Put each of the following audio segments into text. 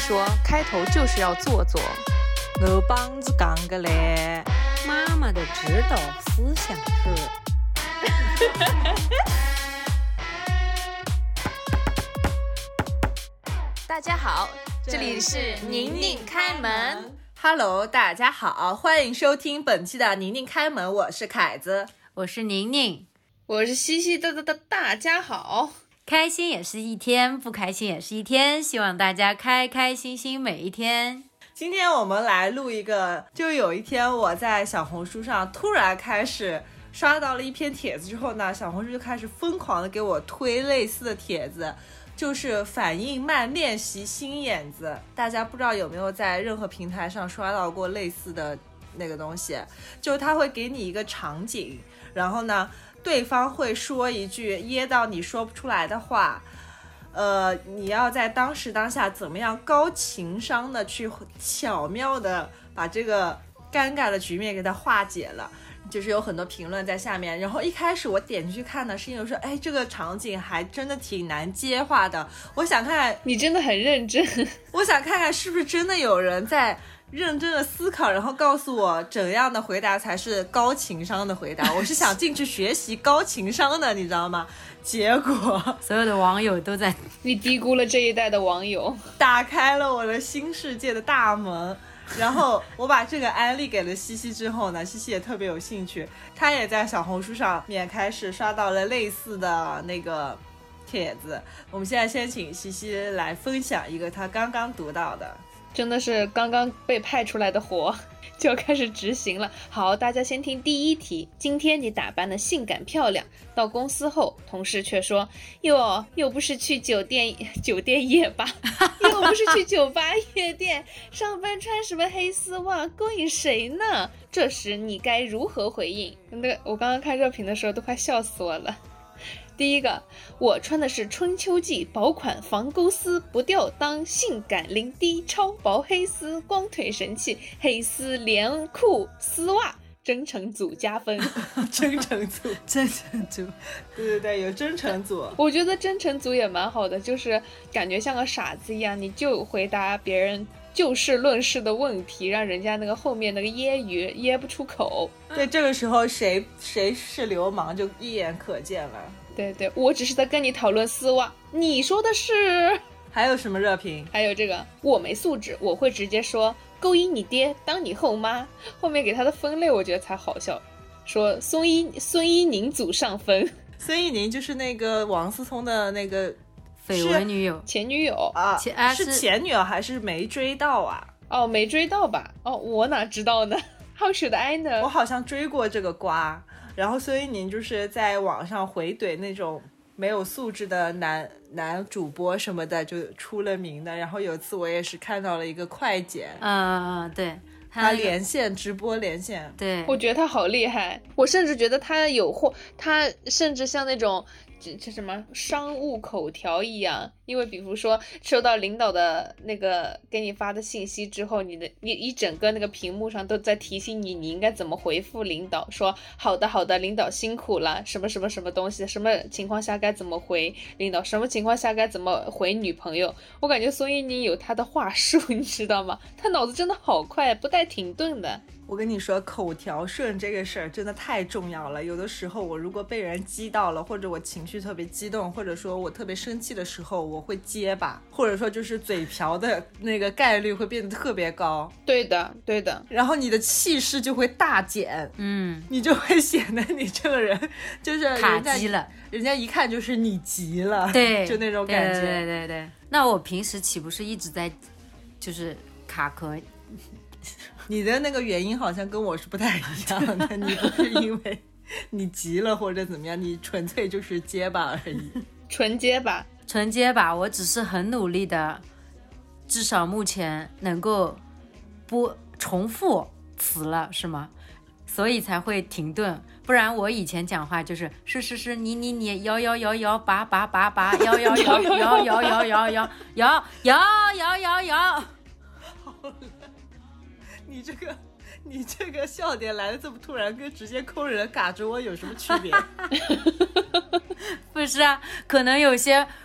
说开头就是要做作。 我帮子讲个嘞， 妈妈的指导思想是。 大家好，这里是宁宁开门。 Hello， 大家好，欢迎收听本期的宁宁开门，我是凯子， 我是宁宁， 我是西西的大家好。 开心也是一天，不开心也是一天，希望大家开开心心每一天。 今天我们来录一个，就有一天我在小红书上突然开始刷到了一篇帖子之后呢，小红书就开始疯狂的给我推类似的帖子，就是反应慢练习心眼子。大家不知道有没有在任何平台上刷到过类似的那个东西，就是他会给你一个场景，然后呢对方会说一句噎到你说不出来的话，你要在当时当下怎么样高情商的去巧妙的把这个尴尬的局面给它化解了。就是有很多评论在下面，然后一开始我点进去看呢，是因为说，哎，这个场景还真的挺难接话的。我想看看， 你真的很认真， 我想看看是不是真的有人在认真的思考，然后告诉我怎样的回答才是高情商的回答。我是想进去学习高情商的，你知道吗？结果所有的网友都在， 你低估了这一代的网友， 打开了我的新世界的大门。然后我把这个安利给了西西之后呢，西西也特别有兴趣，他也在小红书上面开始刷到了类似的那个帖子。我们现在先请西西来分享一个他刚刚读到的， 真的是刚刚被派出来的活就要开始执行了。好，大家先听第一题。今天你打扮得性感漂亮，到公司后同事却说，又不是去酒店夜吧又不是去酒吧夜店，上班穿什么黑丝袜，勾引谁呢？这时你该如何回应？我刚刚看热评的时候都快笑死我了。第一个，我穿的是春秋季薄款防勾丝不吊裆性感零低超薄黑丝光腿神器黑丝连裤丝袜，真诚组加分。 真诚组，对对对，有真诚组。 我觉得真诚组也蛮好的，就是感觉像个傻子一样，你就回答别人就事论事的问题，让人家那个后面那个揶揄噎不出口。 对，这个时候谁是流氓就一眼可见了。 对对，我只是在跟你讨论丝袜，你说的是。 还有什么热评？ 还有这个，我没素质，我会直接说勾引你爹当你后妈。后面给他的分类我觉得才好笑，说孙一宁组上分。 孙一宁就是那个王思聪的那个绯闻女友， 前女友啊，是前女友还是没追到啊？ 哦，没追到吧？哦，我哪知道呢？How should I know？ 我好像追过这个瓜。然后孙一宁就是在网上回怼那种没有素质的男主播什么的，就出了名的。然后有次我也是看到了一个快剪， 对， 他连线直播连线， 对， 我觉得他好厉害，我甚至觉得他有货，他甚至像那种这什么商务口条一样。因为比如说收到领导的那个给你发的信息之后，你一整个那个屏幕上都在提醒你应该怎么回复领导，说好的领导辛苦了，什么什么什么东西，什么情况下该怎么回领导，什么情况下该怎么回女朋友。我感觉孙一宁有他的话术，你知道吗？他脑子真的好快，不带停顿的。 我跟你说，口条顺这个事儿真的太重要了。有的时候我如果被人激到了，或者我情绪特别激动，或者说我特别生气的时候，我会结巴，或者说就是嘴瓢的那个概率会变得特别高。 对的对的， 然后你的气势就会大减，你就会显得你这个人就是卡机了， 人家一看就是你急了， 对， 就那种感觉。 对。那我平时岂不是一直在就是卡壳？ 你的那个原因好像跟我是不太一样的，你不是因为你急了或者怎么样，你纯粹就是结巴而已。 纯结巴， 我只是很努力的，至少目前能够不重复词了，是吗？所以才会停顿，不然我以前讲话就是你摇拔摇摇。 好了，你这个笑点来的这么突然，跟直接抠人卡着我有什么区别？ 不是啊，可能有些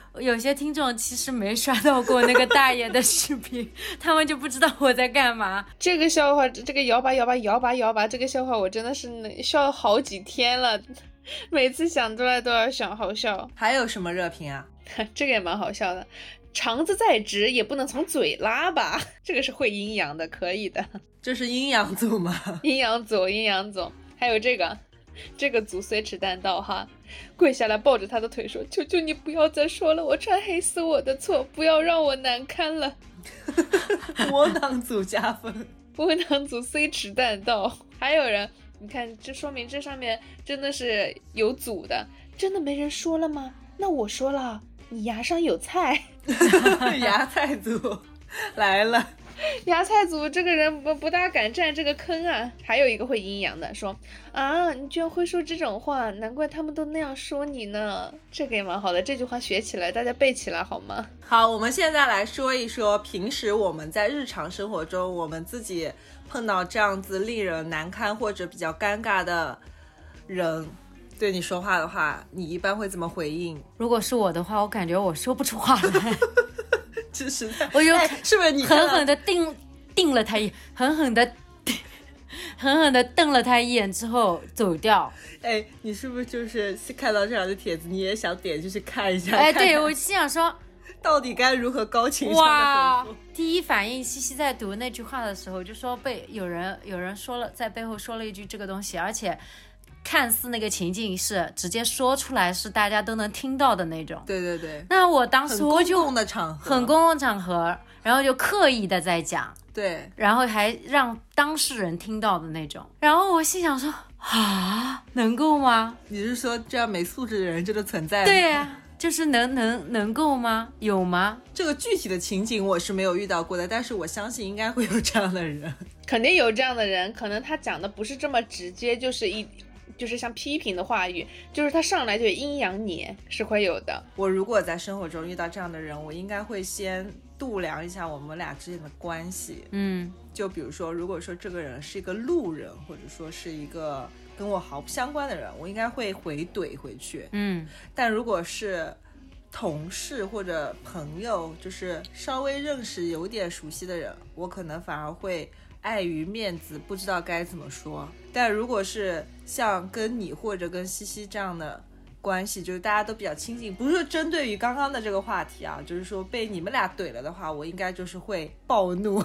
有些听众其实没刷到过那个大爷的视频，他们就不知道我在干嘛。 这个笑话，这个摇吧摇吧摇吧摇吧，这个笑话我真的是笑了好几天了，每次想出来都要想，好笑。 还有什么热评啊？ 这个也蛮好笑的，肠子再直也不能从嘴拉吧，这个是会阴阳的，可以的。 这是阴阳组吗？ 阴阳组，阴阳组。还有这个组虽迟但到哈，跪下来抱着他的腿说：“求求你不要再说了，我穿黑丝我的错，不要让我难堪了。” 窝囊组加分。 窝囊组虽迟但到。还有人，你看，这说明这上面真的是有组的。真的没人说了吗？那我说了，你牙上有菜。 芽菜组来了。 芽菜组这个人不大敢占这个坑啊。还有一个会阴阳的说啊，你居然会说这种话，难怪他们都那样说你呢。这个也蛮好的，这句话学起来，大家背起来好吗？ 好，我们现在来说一说平时我们在日常生活中，我们自己碰到这样子令人难堪或者比较尴尬的人对你说话的话，你一般会怎么回应？ 如果是我的话，我感觉我说不出话来。 就是我就是不是你狠狠的定了他一，狠狠的瞪了他一眼之后走掉。 哎，你是不是就是看到这样的帖子，你也想点进去看一下？ 哎，对， 看看我心想说， 到底该如何高情商的哇回复？ 第一反应，西西在读那句话的时候就说有人说了，在背后说了一句这个东西，而且看似那个情境是直接说出来，是大家都能听到的那种。 对对对， 那我当时我就很公共的场合， 很公共场合，然后就刻意的在讲， 对， 然后还让当事人听到的那种。然后我心想说啊，能够吗？ 你是说这样没素质的人真的存在吗？ 对呀、就是能够吗？有吗？ 这个具体的情景我是没有遇到过的，但是我相信应该会有这样的人。 肯定有这样的人，可能他讲的不是这么直接，就是像批评的话语，就是他上来就阴阳你，是会有的。 我如果在生活中遇到这样的人，我应该会先度量一下我们俩之间的关系。就比如说，如果说这个人是一个路人，或者说是一个跟我毫不相关的人，我应该会回怼回去。但如果是同事或者朋友，就是稍微认识有点熟悉的人，我可能反而会碍于面子不知道该怎么说。但如果是像跟你或者跟西西这样的关系，就是大家都比较亲近，不是说针对于刚刚的这个话题啊，就是说被你们俩怼了的话，我应该就是会暴怒。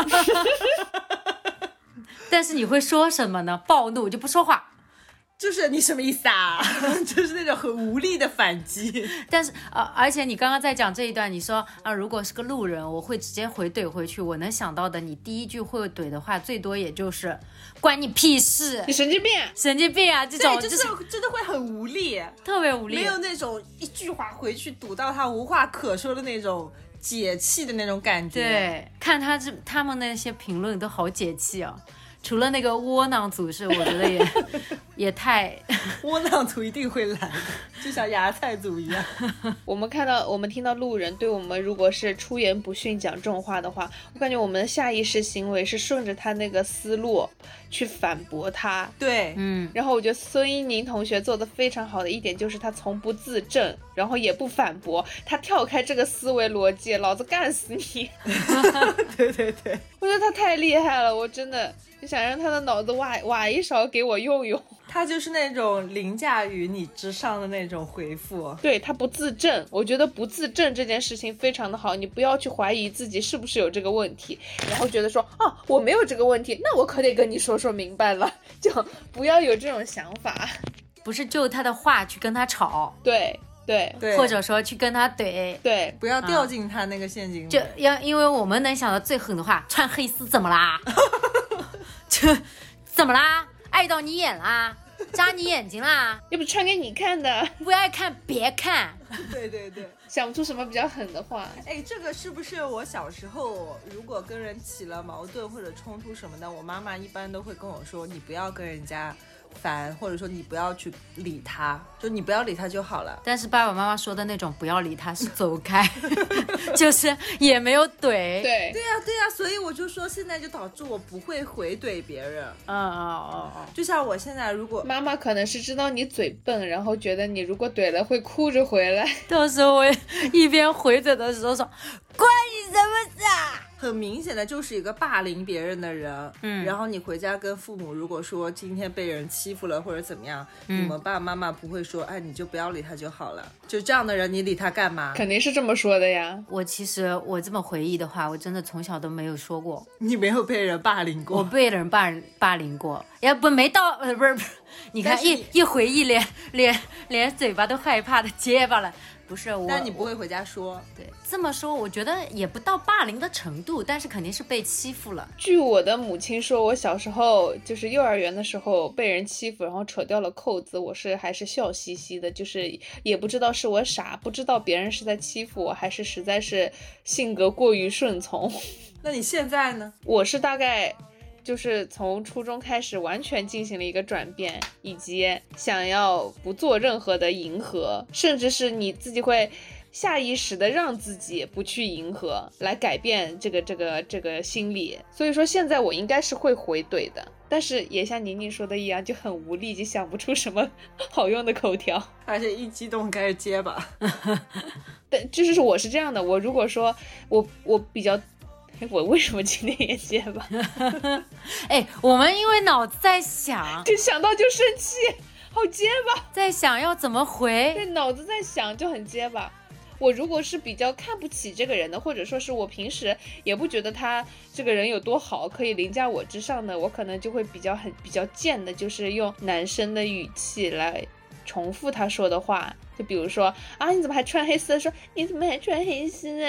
但是你会说什么呢？暴怒就不说话。 就是你什么意思啊？就是那种很无力的反击。 但是而且你刚刚在讲这一段，你说如果是个路人，我会直接回怼回去。我能想到的，你第一句会怼的话，最多也就是关你屁事， 你神经病， 神经病啊！这种对，就是真的会很无力， 特别无力， 没有那种一句话回去堵到他无话可说的那种解气的那种感觉。 对，看他们那些评论都好解气哦。除了那个窝囊组是，我觉得也太窝囊组一定会来的，就像芽菜组一样。 我们听到路人对我们如果是出言不逊讲这种话的话，我感觉我们的下意识行为是顺着他那个思路去反驳他。 对， 然后我觉得孙一宁同学做的非常好的一点就是他从不自证，然后也不反驳，他跳开这个思维逻辑，老子干死你。 对对对， 我觉得他太厉害了，我真的想让他的脑子挖一勺给我用用。 他就是那种凌驾于你之上的那种回复。 对，他不自证，我觉得不自证这件事情非常的好，你不要去怀疑自己是不是有这个问题，然后觉得说我没有这个问题，那我可得跟你说明白了，就不要有这种想法， 不是就他的话去跟他吵， 对， 或者说去跟他怼， 对， 不要掉进他那个陷阱里。 就因为我们能想到最狠的话，穿黑丝怎么啦？怎么啦？碍到你眼啦？扎你眼睛啦？ 又不是穿给你看的， 不爱看别看。 对对对， 想不出什么比较狠的话。 哎，这个是不是我小时候如果跟人起了矛盾或者冲突什么的，我妈妈一般都会跟我说，你不要跟人家烦，或者说你不要去理他，就你不要理他就好了。 但是爸爸妈妈说的那种不要理他是走开，就是也没有怼。 对对呀，所以我就说现在就导致我不会回怼别人。就像我现在如果妈妈可能是知道你嘴笨，然后觉得你如果怼了会哭着回来。 到时候我一边回嘴的时候说关你什么事啊， 很明显的就是一个霸凌别人的人，然后你回家跟父母如果说今天被人欺负了或者怎么样，你们爸爸妈妈不会说哎你就不要理他就好了，就这样的人你理他干嘛？ 肯定是这么说的呀。 其实我这么回忆的话，我真的从小都没有说过。 你没有被人霸凌过？ 我被人霸凌过，也不没到不是，你看一回忆连嘴巴都害怕的结巴了。不是我， 但你不会回家说。 对，这么说我觉得也不到霸凌的程度，但是肯定是被欺负了。 据我的母亲说，我小时候就是幼儿园的时候被人欺负，然后扯掉了扣子，我还是笑嘻嘻的，就是也不知道是我傻，不知道别人是在欺负我，还是实在是性格过于顺从。 那你现在呢？ 我是大概就是从初中开始完全进行了一个转变，以及想要不做任何的迎合，甚至是你自己会下意识的让自己不去迎合，来改变这个心理。所以说现在我应该是会回怼的，但是也像宁宁说的一样，就很无力，就想不出什么好用的口条， 而且一激动开始结巴。 对，就是我是这样的，我如果说我比较。我为什么今天也结巴？ 哎，我们因为脑子在想， 就想到就生气，好结巴， 在想要怎么回。 对，脑子在想就很结巴。我如果是比较看不起这个人的，或者说是我平时也不觉得他这个人有多好，可以凌驾我之上的，我可能就会比较贱的，就是用男生的语气来重复他说的话。就比如说啊，你怎么还穿黑丝？说你怎么还穿黑丝呢？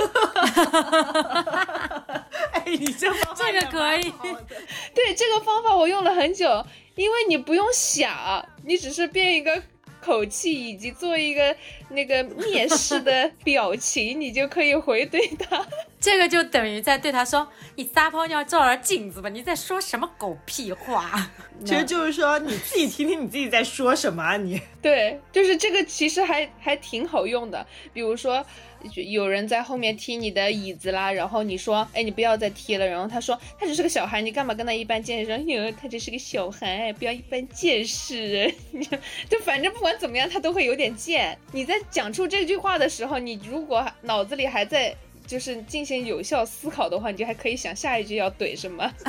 哎，你这方法这个可以。 对，这个方法我用了很久，因为你不用想，你只是变一个口气以及做一个那个蔑视的表情，你就可以回怼他。 这个就等于在对他说：“你撒泡尿照着镜子吧，你在说什么狗屁话？” 其实就是说你自己听听你自己在说什么啊你。 对，就是这个其实还挺好用的。比如说有人在后面踢你的椅子啦，然后你说哎你不要再踢了，然后他说他只是个小孩，你干嘛跟他一般见识？哟，他只是个小孩，不要一般见识。就反正不管怎么样他都会有点贱。你在讲出这句话的时候，你如果脑子里还在就是进行有效思考的话，你就还可以想下一句要怼什么。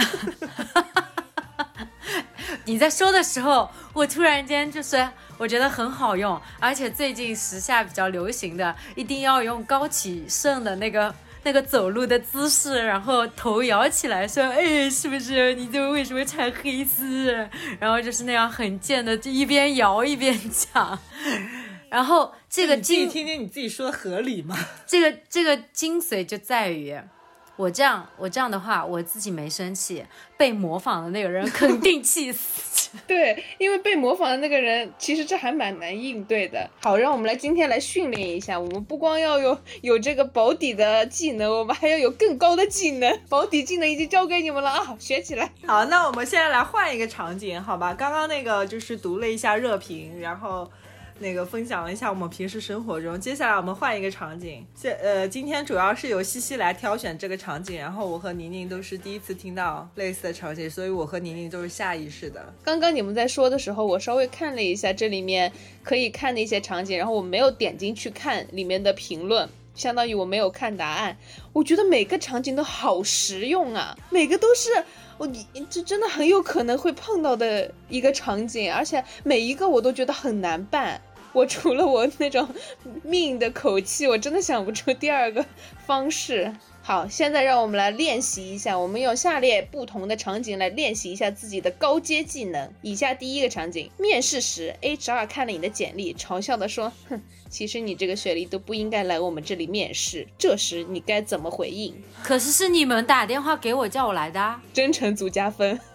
你在说的时候，我突然间就是我觉得很好用，而且最近时下比较流行的，一定要用高起身的那个走路的姿势，然后头摇起来说，哎，是不是你这为什么穿黑丝？然后就是那样很贱的，就一边摇一边讲。然后这个你自己听听你自己说的合理吗？ 这个精髓就在于我这样的话，我自己没生气，被模仿的那个人肯定气死。 对，因为被模仿的那个人，其实这还蛮难应对的。好，让我们今天来训练一下，我们不光要有这个保底的技能，我们还要有更高的技能。保底技能已经交给你们了啊，学起来。 好，那我们现在来换一个场景，好吧？刚刚那个就是读了一下热评，然后那个分享了一下我们平时生活中，接下来我们换一个场景。今天主要是由西西来挑选这个场景，然后我和宁宁都是第一次听到类似的场景，所以我和宁宁都是下意识的。 刚刚你们在说的时候，我稍微看了一下这里面可以看的一些场景，然后我没有点进去看里面的评论，相当于我没有看答案。我觉得每个场景都好实用啊，每个都是这真的很有可能会碰到的一个场景，而且每一个我都觉得很难办。我除了我那种命的口气，我真的想不出第二个方式。好，现在让我们来练习一下，我们用下列不同的场景来练习一下自己的高阶技能。以下第一个场景，面试时 HR 看了你的简历，嘲笑地说，哼，其实你这个学历都不应该来我们这里面试，这时你该怎么回应？ 可是是你们打电话给我叫我来的啊。 真诚组加分。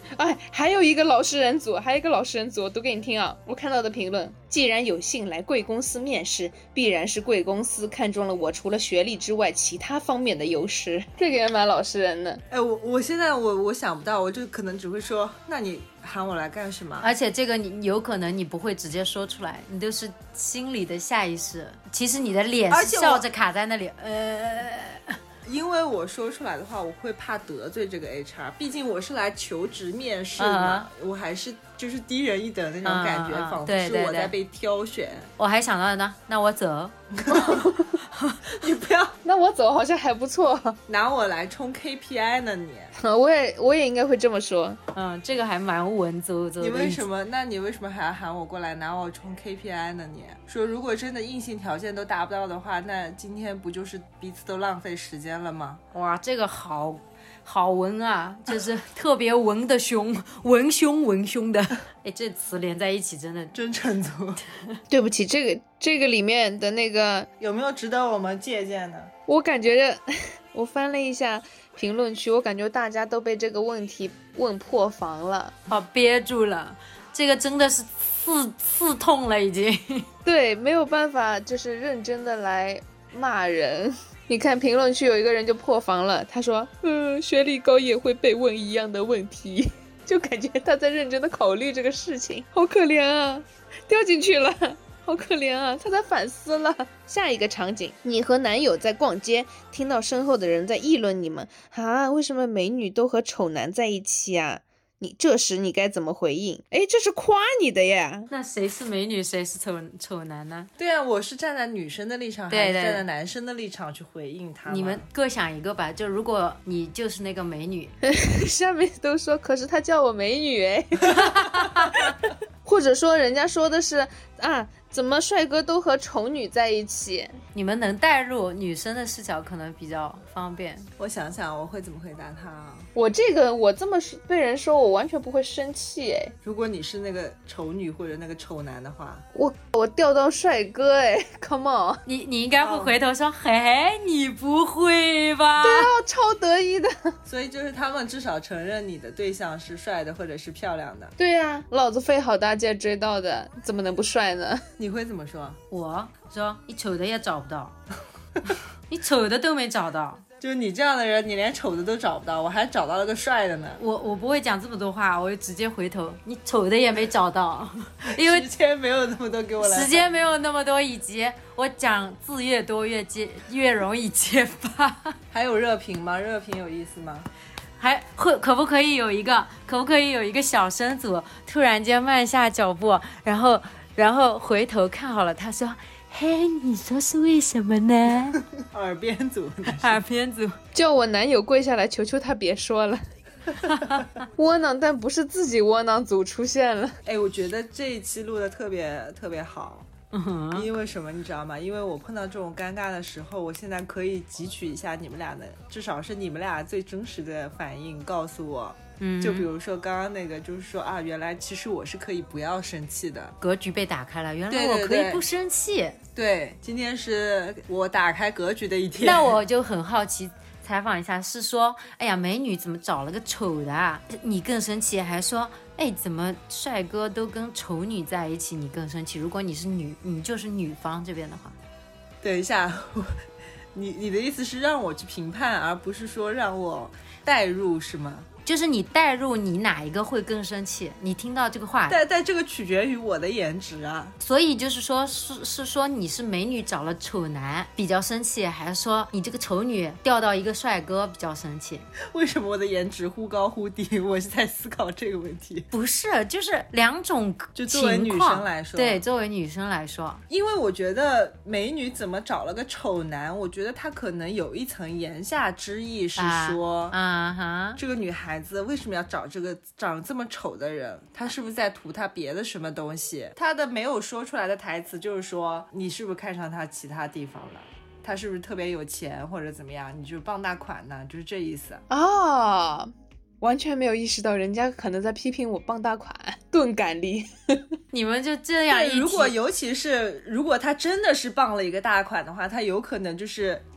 哎，还有一个老实人组，我读给你听啊。我看到的评论：既然有幸来贵公司面试，必然是贵公司看中了我除了学历之外其他方面的优势。这个也蛮老实人的。 哎，我现在我想不到，我就可能只会说，那你喊我来干什么？ 而且这个你有可能你不会直接说出来，你都是心里的下意识。其实你的脸是笑着卡在那里， 因为我说出来的话，我会怕得罪这个 HR， 毕竟我是来求职面试嘛，我还是就是低人一等那种感觉，仿佛是我在被挑选。 我还想到呢，那我走。 你不要， 那我走好像还不错， 拿我来冲 KPI 呢你。 我也应该会这么说。 这个还蛮文绉绉的。 你为什么？那你为什么还要喊我过来拿我冲 KPI 呢你？说如果真的硬性条件都达不到的话，那今天不就是彼此都浪费时间了吗？ 哇，这个好文啊，就是特别文的凶，文凶的。哎，这词连在一起真的真成足。 对不起，这个里面的那个有没有值得我们借鉴的？ 我感觉我翻了一下评论区，我感觉大家都被这个问题问破防了， 憋住了，这个真的是刺痛了已经。 对，没有办法，就是认真的来骂人。你看评论区有一个人就破防了，他说学历高也会被问一样的问题，就感觉他在认真的考虑这个事情，好可怜啊，掉进去了，好可怜啊，他在反思了。下一个场景，你和男友在逛街，听到身后的人在议论你们啊，为什么美女都和丑男在一起啊？这时你该怎么回应？哎，这是夸你的呀。 那谁是美女，谁是丑男呢？ 对啊，我是站在女生的立场，还是站在男生的立场去回应他？ 你们各想一个吧。就如果你就是那个美女， 下面都说，可是他叫我美女哎。或者说人家说的是啊，怎么帅哥都和丑女在一起？ 你们能带入女生的视角可能比较方便。 我想想我会怎么回答他啊？ 我这么被人说，我完全不会生气哎。 如果你是那个丑女或者那个丑男的话， 我调到帅哥哎 ，come on！ 你应该会回头说，嘿，你不会吧？ 对啊，超得意的。 所以就是他们至少承认你的对象是帅的或者是漂亮的。 对啊，老子费好大劲追到的，怎么能不帅呢？ 你会怎么说？ 我说你丑的也找不到，你丑的都没找到。 就是你这样的人，你连丑的都找不到，我还找到了个帅的呢。 我不会讲这么多话，我就直接回头，你丑的也没找到，因为时间没有那么多给我来， 时间没有那么多，以及我讲字越多越容易结巴。 还有热评吗？热评有意思吗？ 可不可以有一个小声组突然间慢下脚步，然后回头看好了，他说。嘿，你说是为什么呢？ 耳边组， 叫我男友跪下来求求他别说了。窝囊但不是自己窝囊组出现了。 哎，我觉得这一期录的特别特别好。因为什么你知道吗？因为我碰到这种尴尬的时候，我现在可以汲取一下你们俩的，至少是你们俩最真实的反应告诉我。就比如说刚刚那个，就是说啊，原来其实我是可以不要生气的， 格局被打开了，原来我可以不生气。 对，今天是我打开格局的一天。 那我就很好奇，采访一下，是说，哎呀，美女怎么找了个丑的啊？你更生气，还说，哎，怎么帅哥都跟丑女在一起，你更生气？如果你是你就是女方这边的话。 等一下，你的意思是让我去评判，而不是说让我代入是吗？ 就是你带入你哪一个会更生气？你听到这个话， 但这个取决于我的颜值啊。 所以就是说是说你是美女找了丑男比较生气，还是说你这个丑女钓到一个帅哥比较生气？ 为什么我的颜值忽高忽低？我是在思考这个问题。 不是，就是两种情况。 就作为女生来说， 对，作为女生来说， 因为我觉得美女怎么找了个丑男，我觉得她可能有一层言下之意是说，这个女孩子为什么要找这个长这么丑的人？她是不是在图她别的什么东西？她的没有说出来的台词就是说，你是不是看上她其他地方了？她是不是特别有钱或者怎么样？你就傍大款呢？就是这意思啊。完全没有意识到人家可能在批评我傍大款，钝感力。 你们就这样一提， 尤其是如果他真的是傍了一个大款的话，他有可能就是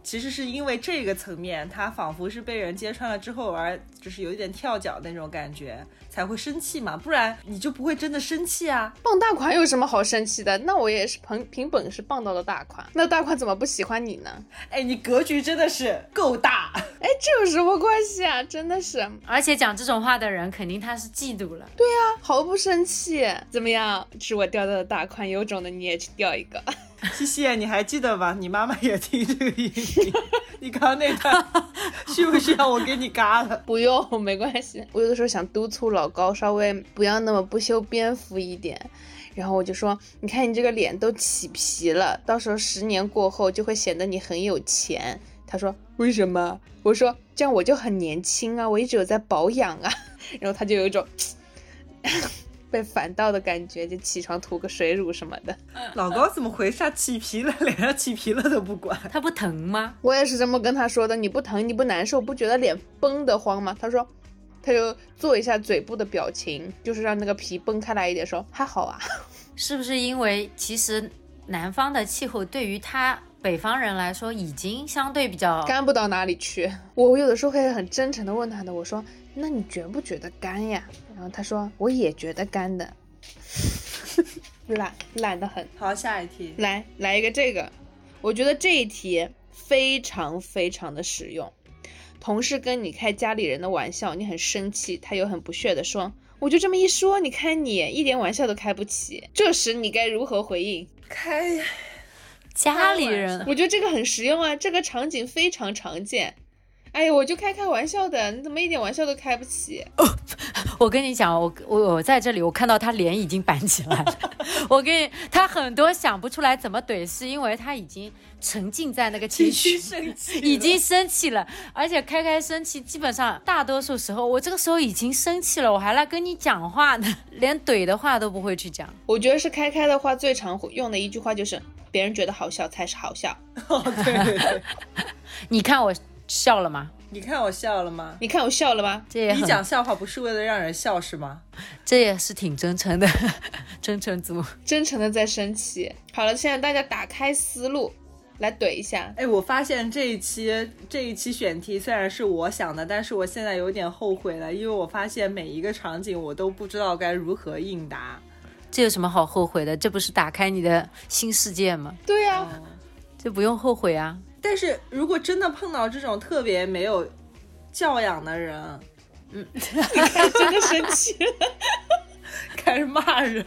其实是因为这个层面，他仿佛是被人揭穿了之后而就是有一点跳脚那种感觉才会生气嘛，不然你就不会真的生气啊。 傍大款有什么好生气的？那我也是凭本事傍到了大款，那大款怎么不喜欢你呢？ 哎，你格局真的是够大。 哎，这有什么关系啊？真的是， 而且讲这种话的人肯定他是嫉妒了。 对啊，毫不生气。怎么样？是我钓到的大款，有种的你也去钓一个。 西西，你还记得吧？你妈妈也听这个音频。你刚刚那段需不需要我给你嘎了？ 不用，没关系。我有的时候想督促老高稍微不要那么不修边幅一点，然后我就说，你看你这个脸都起皮了，到时候10年过后就会显得你很有钱。他说为什么？我说这样我就很年轻啊，我一直有在保养啊。然后他就有一种被反倒的感觉，就起床涂个水乳什么的。 老高怎么回事啊？起皮了，脸上起皮了都不管。 他不疼吗？ 我也是这么跟他说的，你不疼你不难受不觉得脸崩得慌吗？他说他就做一下嘴部的表情，就是让那个皮崩开来一点，说还好啊。 是不是因为其实南方的气候对于他北方人来说已经相对比较干不到哪里去。我有的时候会很真诚的问他的，我说那你觉不觉得干呀？然后他说我也觉得干的。懒得很。 好，下一题， 来一个这个，我觉得这一题非常非常的实用。同事跟你开家里人的玩笑，你很生气，他又很不屑的说，我就这么一说，你看你一点玩笑都开不起，这时你该如何回应？ 开家里人， 我觉得这个很实用啊，这个场景非常常见。哎呀，我就开玩笑的，你怎么一点玩笑都开不起？ 我跟你讲，我在这里，我看到他脸已经板起来了。他很多想不出来怎么怼，是因为他已经沉浸在那个情绪，已经生气了，而且开生气，基本上大多数时候，我这个时候已经生气了，我还来跟你讲话呢，连怼的话都不会去讲。 我觉得是开的话最常用的一句话就是，别人觉得好笑才是好笑。 哦，对。 你看我笑了吗？ 你看我笑了吗？ 你看我笑了吗？ 你讲笑话不是为了让人笑是吗？ 这也是挺真诚的，真诚族， 真诚的在生气。好了，现在大家打开思路来怼一下。 哎，我发现这一期选题虽然是我想的，但是我现在有点后悔了，因为我发现每一个场景我都不知道该如何应答。 这有什么好后悔的？这不是打开你的新世界吗？ 对啊， 这不用后悔啊。 但是如果真的碰到这种特别没有教养的人， 你看真的生气了， 开始骂人，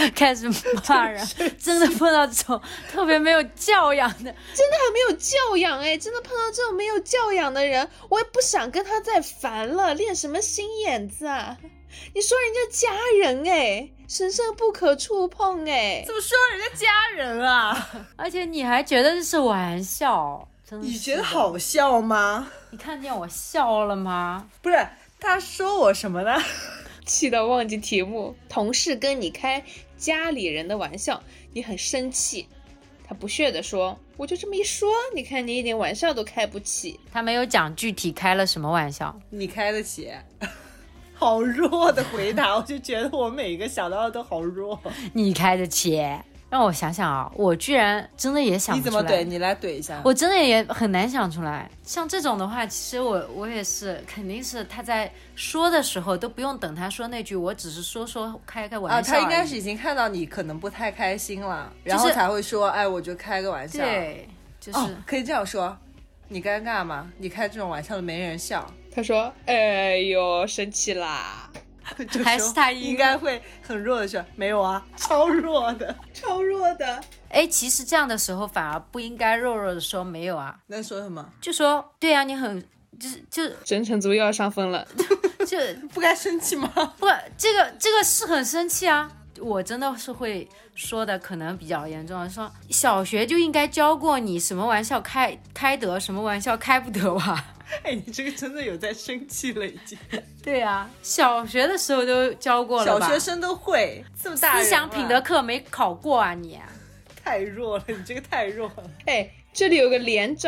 真的碰到这种特别没有教养的， 真的很没有教养哎！真的碰到这种没有教养的人，我也不想跟他再烦了，练什么心眼子啊？你说人家家人哎，神圣不可触碰哎， 怎么说人家家人啊？ 而且你还觉得这是玩笑，真的是。 你觉得好笑吗？ 你看见我笑了吗？ 不是，他说我什么呢？ 气到忘记题目。同事跟你开家里人的玩笑，你很生气，他不屑地说，我就这么一说，你看你一点玩笑都开不起。 他没有讲具体开了什么玩笑。 你开得起。好弱的回答，我就觉得我每一个想到的都好弱。 你开得起？让我想想啊，我居然真的也想不出来。 你怎么怼？你来怼一下。 我真的也很难想出来。像这种的话，其实我也是，肯定是他在说的时候都不用等他说那句，我只是说开个玩笑。 他应该是已经看到你可能不太开心了，然后才会说，哎，我就开个玩笑。 对，就是可以这样说，你尴尬吗？你开这种玩笑的没人笑。 他说，哎呦，生气啦。 还是他应该会很弱的说，没有啊，超弱的。 哎，其实这样的时候反而不应该弱弱的说没有啊。 那说什么？ 就说对啊，你很就真诚族又要上分了。 就不该生气吗？ 不，这个是很生气啊。我真的是会说的，可能比较严重，说小学就应该教过你什么玩笑开得，什么玩笑开不得吧。 哎，你这个真的有在生气了已经。 对啊，小学的时候都教过了吧？ 小学生都会，这么大人了。 思想品德课没考过啊你？ 太弱了，你这个太弱了。 哎，这里有个连招，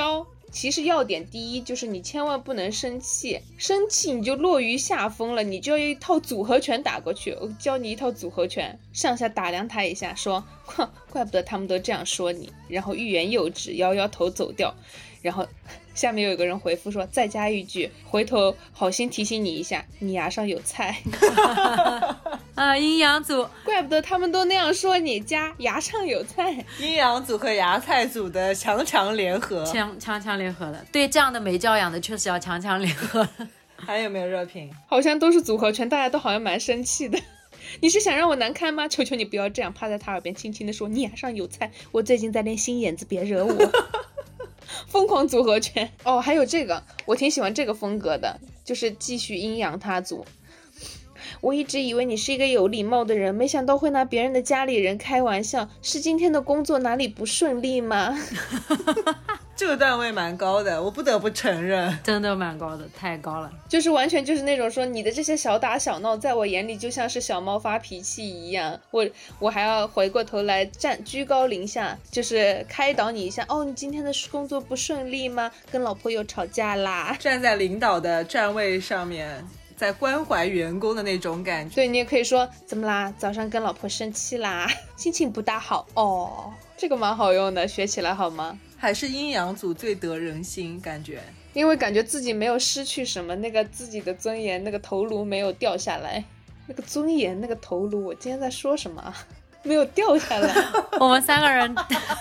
其实要点第一就是你千万不能生气，生气你就落于下风了，你就要一套组合拳打过去。我教你一套组合拳，上下打量他一下，说哼，怪不得他们都这样说你，然后欲言又止，摇摇头走掉。然后下面有一个人回复说，再加一句，回头好心提醒你一下，你牙上有菜。 阴阳组， 怪不得他们都那样说你，加牙上有菜。 阴阳组和芽菜组的强联合， 强联合的，对这样的没教养的确实要强联合。 还有没有热评？ 好像都是组合拳，大家都好像蛮生气的。你是想让我难堪吗？求求你不要这样，趴在他耳边轻轻地说，你牙上有菜，我最近在练心眼子，别惹我。疯狂组合拳哦，还有这个我挺喜欢这个风格的，就是继续阴阳他组。我一直以为你是一个有礼貌的人，没想到会拿别人的家里人开玩笑，是今天的工作哪里不顺利吗？ 这个段位蛮高的，我不得不承认， 真的蛮高的，太高了。 就是完全就是那种说你的这些小打小闹，在我眼里就像是小猫发脾气一样，我还要回过头来居高临下，就是开导你一下。哦，你今天的工作不顺利吗？跟老婆又吵架啦？ 站在领导的站位上面，在关怀员工的那种感觉。 对，你也可以说，怎么啦？早上跟老婆生气啦，心情不大好哦。这个蛮好用的，学起来好吗？ 还是阴阳组最得人心，感觉， 因为感觉自己没有失去什么，那个自己的尊严，那个头颅没有掉下来，那个尊严，那个头颅，我今天在说什么啊？没有掉下来。 我们三个人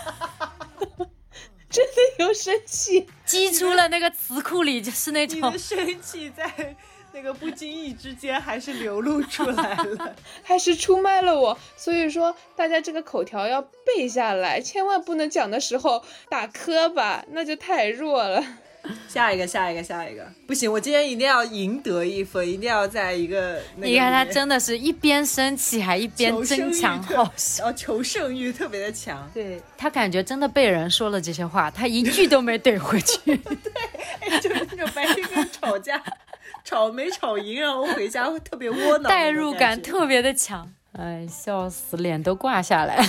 真的有生气， 激出了那个词库里，就是那种你的生气在那个不经意之间还是流露出来了， 还是出卖了我。所以说大家这个口条要背下来，千万不能讲的时候打磕巴，那就太弱了。 下一个，不行，我今天一定要赢得一分，一定要在一个你看他真的是一边生气还一边争强好胜， 求胜欲特别的强。 对，他感觉真的被人说了这些话，他一句都没怼回去。 对，就是那种白天跟吵架吵没吵赢，然后回家会特别窝囊， 代入感特别的强。哎，笑死，脸都挂下来。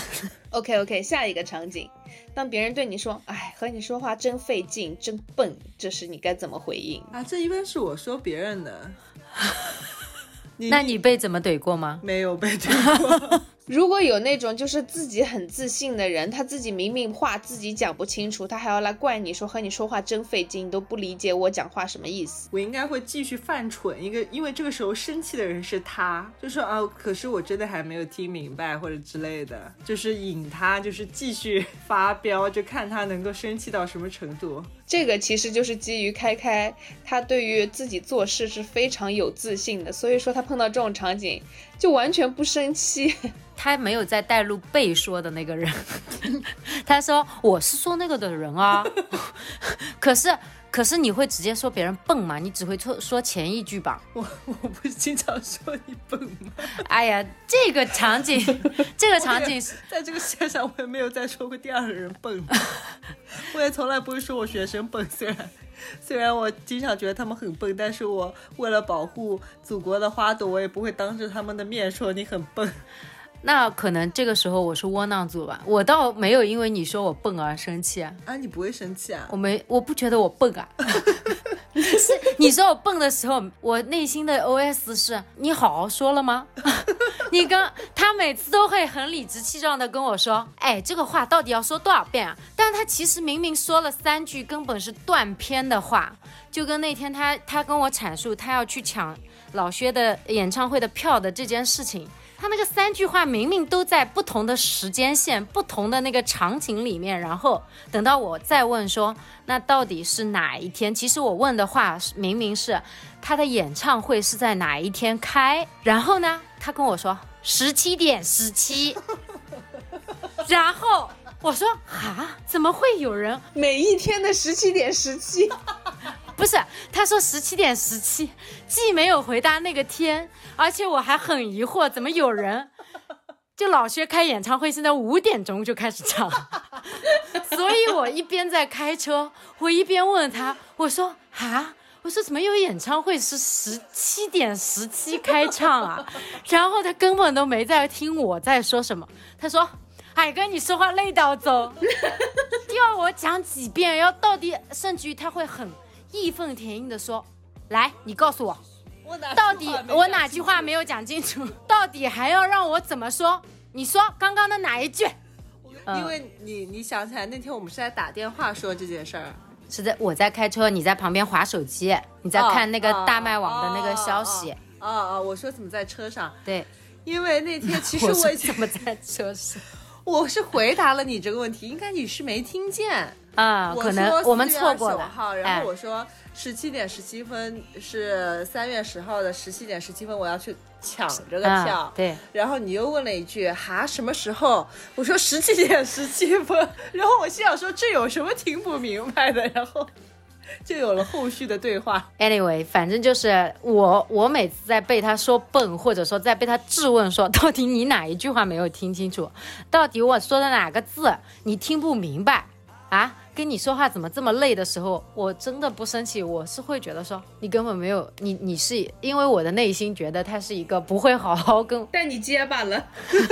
OK， 下一个场景，当别人对你说，哎，和你说话真费劲，真笨，这时你该怎么回应啊？这一般是我说别人的。 那你被怎么怼过吗？ 没有被怼过。 如果有那种就是自己很自信的人，他自己明明话自己讲不清楚，他还要来怪你说和你说话真费劲，你都不理解我讲话什么意思。 我应该会继续犯蠢，因为这个时候生气的人是他，就说啊，可是我真的还没有听明白或者之类的，就是引他就是继续发飙，就看他能够生气到什么程度。 这个其实就是基于开他对于自己做事是非常有自信的，所以说他碰到这种场景就完全不生气。 他没有在带入被说的那个人。他说我是说那个的人啊。可是你会直接说别人笨吗？你只会说前一句吧。 我不是经常说你笨吗？ 哎呀，这个场景在这个世界上我也没有再说过第二个人笨。我也从来不会说我学生笨，虽然我经常觉得他们很笨，但是我为了保护祖国的花朵，我也不会当着他们的面说你很笨。 那可能这个时候我是窝囊组吧，我倒没有因为你说我笨而生气啊。 啊，你不会生气啊？ 我不觉得我笨啊。是你说我笨的时候，我内心的 OS 是你好好说了吗？他每次都会很理直气壮的跟我说，哎，这个话到底要说多少遍啊？但他其实明明说了3句根本是断篇的话，就跟那天他跟我阐述他要去抢老薛的演唱会的票的这件事情，他那个3句话明明都在不同的时间线、不同的那个场景里面，然后等到我再问说那到底是哪一天，其实我问的话明明是他的演唱会是在哪一天开，然后呢他跟我说17点17。然后我说啊，怎么会有人每一天的17点17？ 不是，他说17点17，既没有回答那个天，而且我还很疑惑，怎么有人就老薛开演唱会现在5点钟就开始唱。所以我一边在开车，我一边问他，我说怎么有演唱会是17点17开唱啊？然后他根本都没在听我在说什么，他说海哥你说话累到走。第要我讲几遍，要到底，甚至于他会很义愤填膺的说，来，你告诉我，到底我哪句话没有讲清楚？到底还要让我怎么说？你说刚刚的哪一句？ 因为你想起来那天我们是在打电话说这件事儿， 是的，我在开车，你在旁边划手机，你在看那个大麦网的那个消息。 我说怎么在车上？ 对， 因为那天其实我怎么在车上？ 我是回答了你这个问题，应该你是没听见啊，可能我们错过了。 然后我说17:17是3月10号的17:17，我要去抢这个票。 对， 然后你又问了一句什么时候？我说17:17，然后我心想说这有什么听不明白的，然后就有了后续的对话。 Anyway， 反正就是我每次在被他说笨，或者说在被他质问说到底你哪一句话没有听清楚，到底我说的哪个字你听不明白啊，跟你说话怎么这么累的时候，我真的不生气，我是会觉得说你根本没有，你是因为我的内心觉得他是一个不会好好跟， 但你结巴了。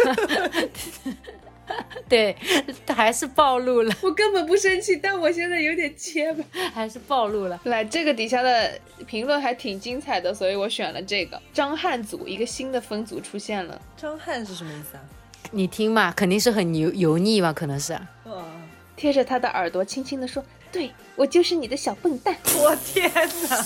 对，还是暴露了。 我根本不生气，但我现在有点结巴， 还是暴露了。 来，这个底下的评论还挺精彩的，所以我选了这个张翰组，一个新的分组出现了。 张翰是什么意思啊？ 你听嘛，肯定是很油腻吧，可能是。 贴着他的耳朵轻轻地说，对，我就是你的小笨蛋。 我天哪。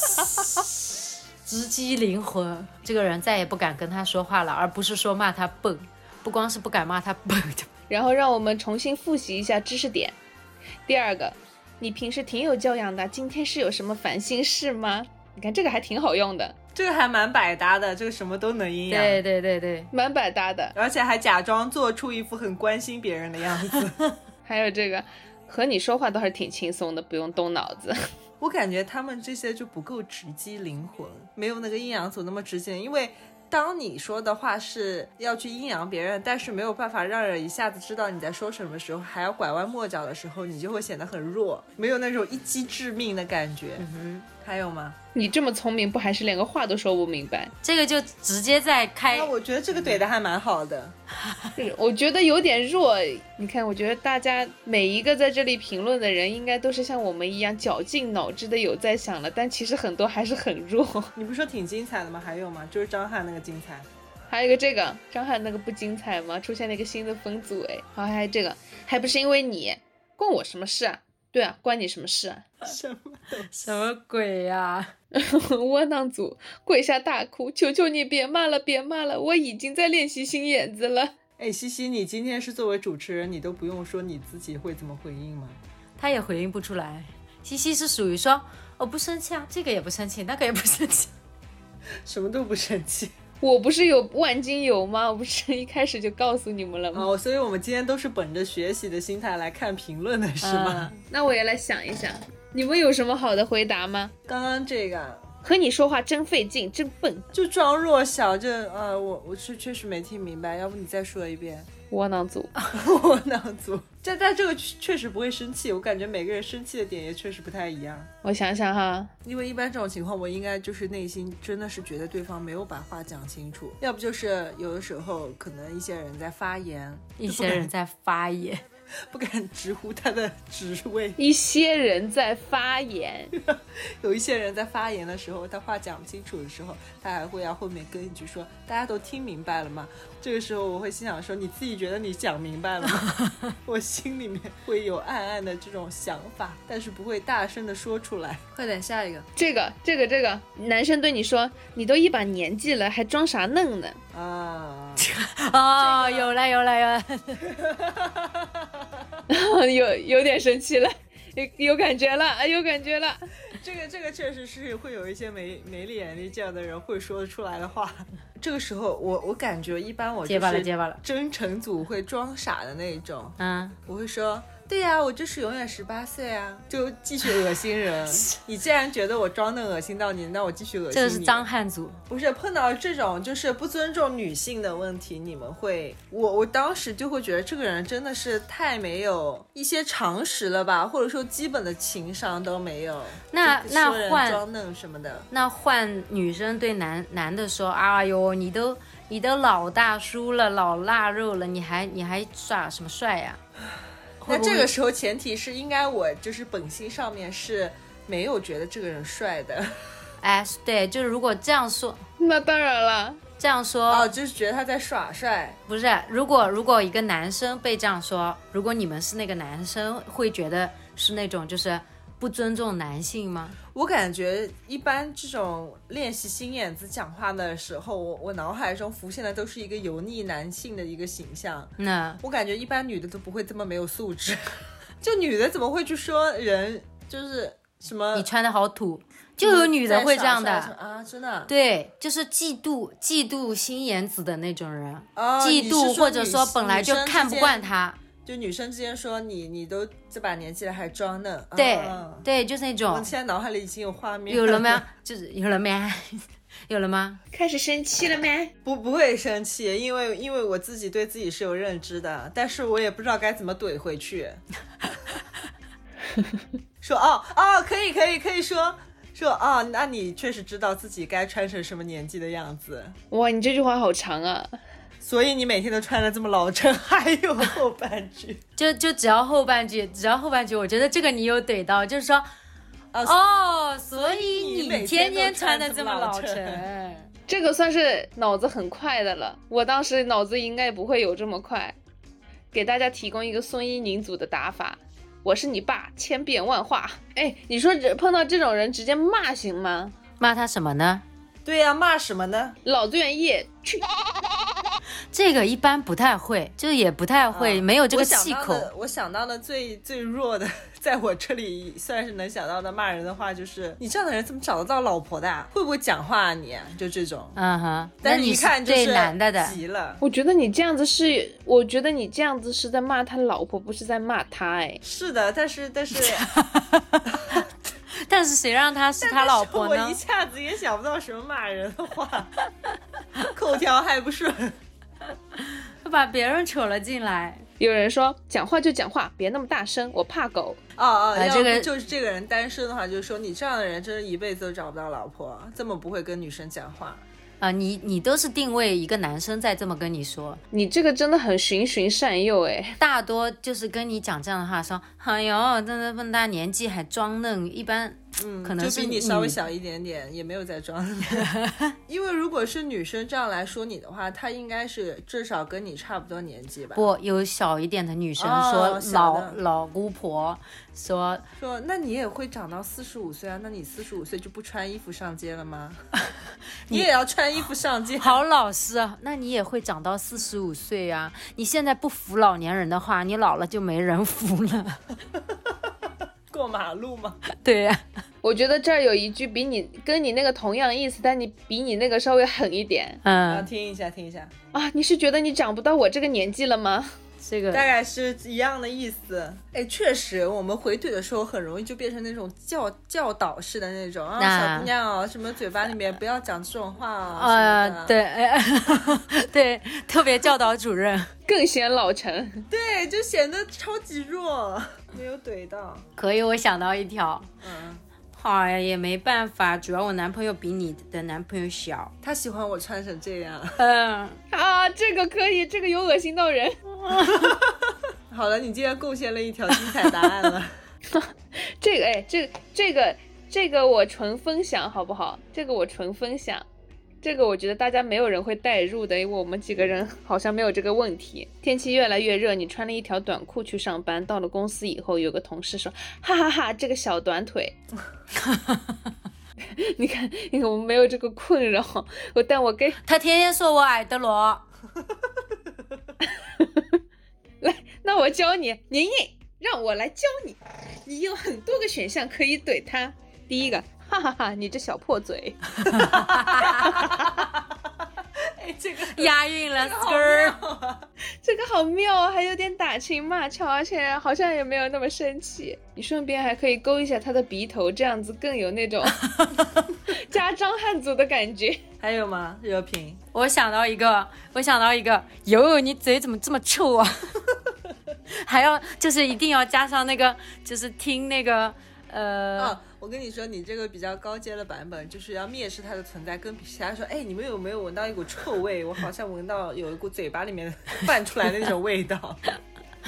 直击灵魂，这个人再也不敢跟他说话了，而不是说骂他笨，不光是不敢骂他笨。 然后让我们重新复习一下知识点。第二个，你平时挺有教养的，今天是有什么烦心事吗？你看这个还挺好用的， 这个还蛮百搭的，这个什么都能阴阳。 对对对对， 蛮百搭的， 而且还假装做出一副很关心别人的样子。 还有这个，和你说话倒是挺轻松的，不用动脑子。 我感觉他们这些就不够直击灵魂，没有那个阴阳组那么直接，因为当你说的话是要去阴阳别人，但是没有办法让人一下子知道你在说什么时候，还要拐弯抹角的时候，你就会显得很弱，没有那种一击致命的感觉。还有吗？ 你这么聪明，不还是连个话都说不明白？ 这个就直接在开。 我觉得这个怼的还蛮好的。 我觉得有点弱。你看，我觉得大家每一个在这里评论的人，应该都是像我们一样绞尽脑汁的有在想了，但其实很多还是很弱。 你不是说挺精彩的吗？还有吗？就是张翰那个精彩。 还有一个这个张翰那个不精彩吗？出现了一个新的分组。哎，好，还有这个，还不是因为你，关我什么事啊？对啊，关你什么事啊？ 什么鬼呀？ 窝囊组跪下大哭，求求你别骂了，别骂了，我已经在练习心眼子了。 哎，西西，你今天是作为主持人，你都不用说你自己会怎么回应吗？ 他也回应不出来。西西是属于说我不生气啊，这个也不生气，那个也不生气， 什么都不生气。 我不是有万金油吗？我不是一开始就告诉你们了吗？ 所以我们今天都是本着学习的心态来看评论的是吗？ 那我也来想一想，你们有什么好的回答吗？ 刚刚这个和你说话真费劲，真笨， 就装弱小，我是确实没听明白，要不你再说一遍。 窝囊组。 窝囊组，但这个确实不会生气，我感觉每个人生气的点也确实不太一样。 我想想哈， 因为一般这种情况我应该就是内心真的是觉得对方没有把话讲清楚，要不就是有的时候可能一些人在发言，不敢直呼他的职位， 一些人在发言。 有一些人在发言的时候，他话讲不清楚的时候，他还会要后面跟一句说大家都听明白了吗？这个时候我会心想说你自己觉得你讲明白了吗？我心里面会有暗暗的这种想法，但是不会大声的说出来。快点下一个。这个男生对你说你都一把年纪了还装啥嫩呢？ 有了有点生气了，有感觉了。 这个确实是会有一些没脸力这样的人会说得出来的话。这个时候我感觉一般我就是结巴了真诚组会装傻的那种。我会说对呀，我就是永远18岁啊，就继续恶心人。你既然觉得我装嫩恶心到你，那我继续恶心你。 这个是张翰组。 不是，碰到这种就是不尊重女性的问题，你们会我当时就会觉得这个人真的是太没有一些常识了吧，或者说基本的情商都没有。 那换装嫩什么的， 那换女生对男的说，哎呦，你都老大叔了，老腊肉了，你还耍什么帅呀？ 那这个时候前提是应该我就是本性上面是没有觉得这个人帅的。 哎，对，就是如果这样说， 那当然了， 这样说就是觉得他在耍帅。 不是，如果一个男生被这样说，如果你们是那个男生，会觉得是那种就是不尊重男性吗？ 我感觉一般这种练习心眼子讲话的时候，我脑海中浮现的都是一个油腻男性的一个形象。 那我感觉一般女的都不会这么没有素质。就女的怎么会去说人就是什么你穿的好土，就有女的会这样的啊，真的。 对，就是嫉妒心眼子的那种人， 嫉妒或者说本来就看不惯他， 就女生之间说你都这把年纪了还装嫩。 对、对，就是那种。 我现在脑海里已经有画面有了吗？就是有了没？有了吗？ 开始生气了没？ 不会生气，因为我自己对自己是有认知的，但是我也不知道该怎么怼回去。说可以说那你确实知道自己该穿成什么年纪的样子。 哇，你这句话好长啊！ 所以你每天都穿得这么老成，还有后半句。 就只要后半句，我觉得这个你有怼到，就是说，所以你天天穿得这么老成。 这个算是脑子很快的了，我当时脑子应该不会有这么快。给大家提供一个孙一宁组的打法。我是你爸，千变万化。哎，你说碰到这种人直接骂行吗？ 骂他什么呢？ 对呀，骂什么呢？ 老子愿意去。 这个一般不太会，就也不太会，没有这个气口。 我想到的最弱的，在我这里算是能想到的骂人的话，就是你这样的人怎么找得到老婆的？会不会讲话啊你？就这种。但是一看就是对男的急了。 我觉得你这样子是在骂他老婆，不是在骂他。哎， 是的，但是但是谁让他是他老婆呢？ 我一下子也想不到什么骂人的话，口条还不顺， 把别人扯了进来。 有人说讲话就讲话，别那么大声，我怕狗。 要不就是这个人单身的话，就是说你这样的人真是一辈子都找不到老婆，这么不会跟女生讲话。 你都是定位一个男生在这么跟你说， 你这个真的很循循善诱哎。 大多就是跟你讲这样的话，说哎呦，真的这么大年纪还装嫩，一般可能是就比你稍微小一点点，也没有在装嫩。因为如果是女生这样来说你的话，她应该是至少跟你差不多年纪吧？ 不，有小一点的女生说老姑婆说那你也会长到45岁啊？那你45岁就不穿衣服上街了吗？你也要穿衣服上街？ 好老实啊！那你也会长到45岁啊？你现在不服老年人的话，你老了就没人服了。 过马路吗？ 对呀。 我觉得这儿有一句跟你那个同样意思，但你比你那个稍微狠一点。 听一下啊！你是觉得你长不到我这个年纪了吗？ 这个大概是一样的意思。哎，确实，我们回怼的时候很容易就变成那种教导式的那种小姑娘什么嘴巴里面不要讲这种话对，对，特别教导主任， 更显老成。 对，就显得超级弱，没有怼到。 可以，我想到一条。好呀，也没办法，主要我男朋友比你的男朋友小， 他喜欢我穿成这样。 这个可以，这个有恶心到人。 好了，你今天贡献了一条精彩答案了。 这个我纯分享好不好？这个我纯分享。这个我觉得大家没有人会代入的，因为我们几个人好像没有这个问题。天气越来越热，你穿了一条短裤去上班，到了公司以后，有个同事说哈哈哈，这个小短腿。你看我们没有这个困扰，但我跟他天天说我矮的罗。 来，那我教你，宁宁，让我来教你。你有很多个选项可以怼他。第一个，哈哈哈，你这小破嘴。 哎，这个押韵了，skr， 这个好妙啊，还有点打情骂俏，而且好像也没有那么生气。你顺便还可以勾一下他的鼻头，这样子更有那种加张汉族的感觉。 还有吗？热评？ 我想到一个，哟，你嘴怎么这么臭啊？还要就是一定要加上那个，就是听那个我跟你说，你这个比较高阶的版本，就是要蔑视它的存在，跟其他说，哎，你们有没有闻到一股臭味？我好像闻到有一股嘴巴里面泛出来的那种味道。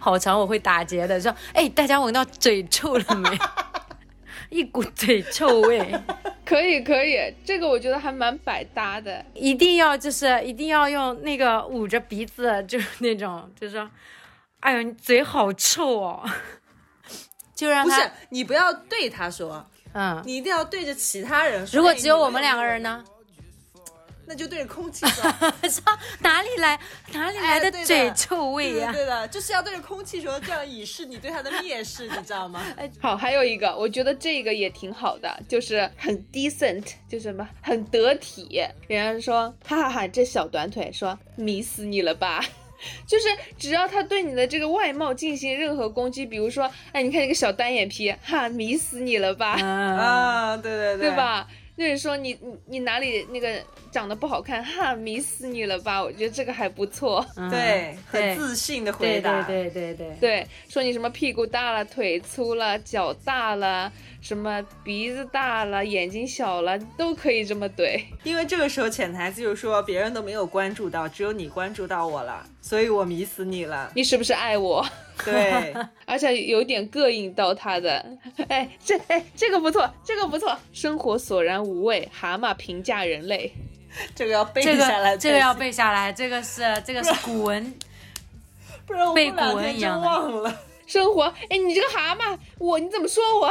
好长，我会打结的，说哎，大家闻到嘴臭了没？一股嘴臭味。 可以，这个我觉得还蛮百搭的。 一定要用那个捂着鼻子，就是那种，就是说，哎呦，你嘴好臭哦，就让他不是你不要对他说，你一定要对着其他人说。 如果只有我们2个人呢？ 那就对着空气说。 说哪里来的嘴臭味呀？ 对的，就是要对着空气说，这样以示你对他的蔑视，你知道吗？ 好，还有一个，我觉得这个也挺好的，就是很 decent， 就是什么很得体。人家说哈哈哈，这小短腿说迷死你了吧。就是只要他对你的这个外貌进行任何攻击，比如说，哎，你看这个小单眼皮，哈，迷死你了吧？ 对吧？就是说你哪里那个长得不好看，哈，迷死你了吧？我觉得这个还不错。 对，很自信的回答。 对，说你什么屁股大了，腿粗了，脚大了，什么鼻子大了，眼睛小了，都可以这么怼。 因为这个时候潜台词就是说，别人都没有关注到，只有你关注到我了，所以我迷死你了。 你是不是爱我？ 对， 而且有点膈应到他的。这个不错，生活索然无味，蛤蟆评价人类。 这个要背下来， 这个要背下来，这个是古文， 不然我们2天就忘了。 生活，哎，你这个蛤蟆，你怎么说我？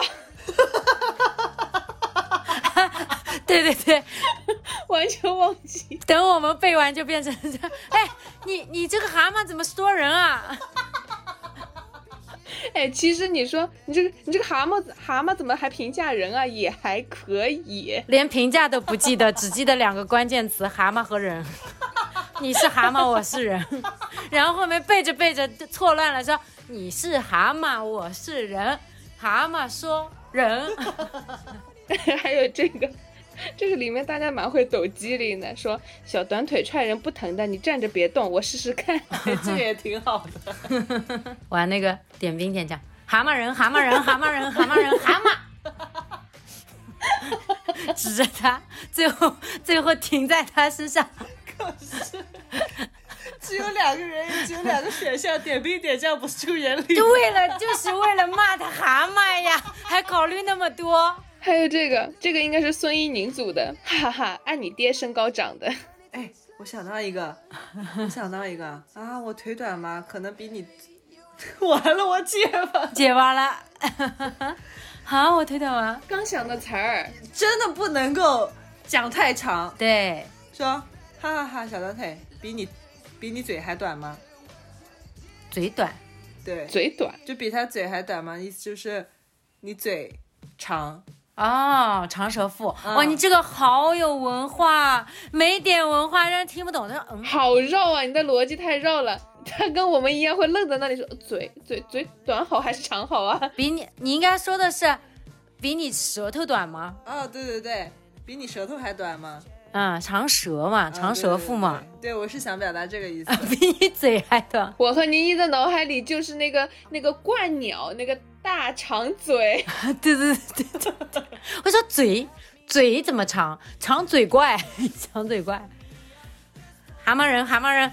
对， 完全忘记。 等我们背完就变成这，哎，你这个蛤蟆怎么说人啊？ 哎，其实你说你这个蛤蟆怎么还评价人啊？也还可以， 连评价都不记得，只记得2个关键词：蛤蟆和人。你是蛤蟆，我是人，然后后面背着错乱了，说你是蛤蟆，我是人，蛤蟆说人。 还有这个里面大家蛮会抖机灵的，说小短腿踹人不疼的，你站着别动，我试试看。 这个也挺好的。 玩那个点兵点将，蛤蟆人，蛤蟆人，蛤蟆人，蛤蟆人，蛤蟆。指着他，最后停在他身上。 可是只有2个人，也只有2个选项，点兵点将不是出原理。 就是为了骂他蛤蟆呀，还考虑那么多。 还有这个应该是孙一宁组的，哈哈，按你爹身高长的。 哎，我想到一个啊，我腿短吗？可能比你。完了，我结巴了。 好，我腿短吗？ 刚想的词儿， 真的不能够讲太长。 对， 说哈哈哈，小短腿比你嘴还短吗？ 嘴短。 对， 嘴短就比他嘴还短吗？意思就是你嘴长。 哦，长舌妇。哇，你这个好有文化，没点文化让人听不懂。他说好绕啊，你的逻辑太绕了。他跟我们一样会愣在那里说嘴短好还是长好啊？ 你应该说的是比你舌头短吗？ 哦，对，比你舌头还短吗？ 长舌嘛，长舌妇嘛。 对，我是想表达这个意思。 比你嘴还短。 我和倪妮的脑海里就是那个鹳鸟，那个大长嘴。 对，我说嘴怎么长？长嘴怪，长嘴怪。蛤蟆人，蛤蟆。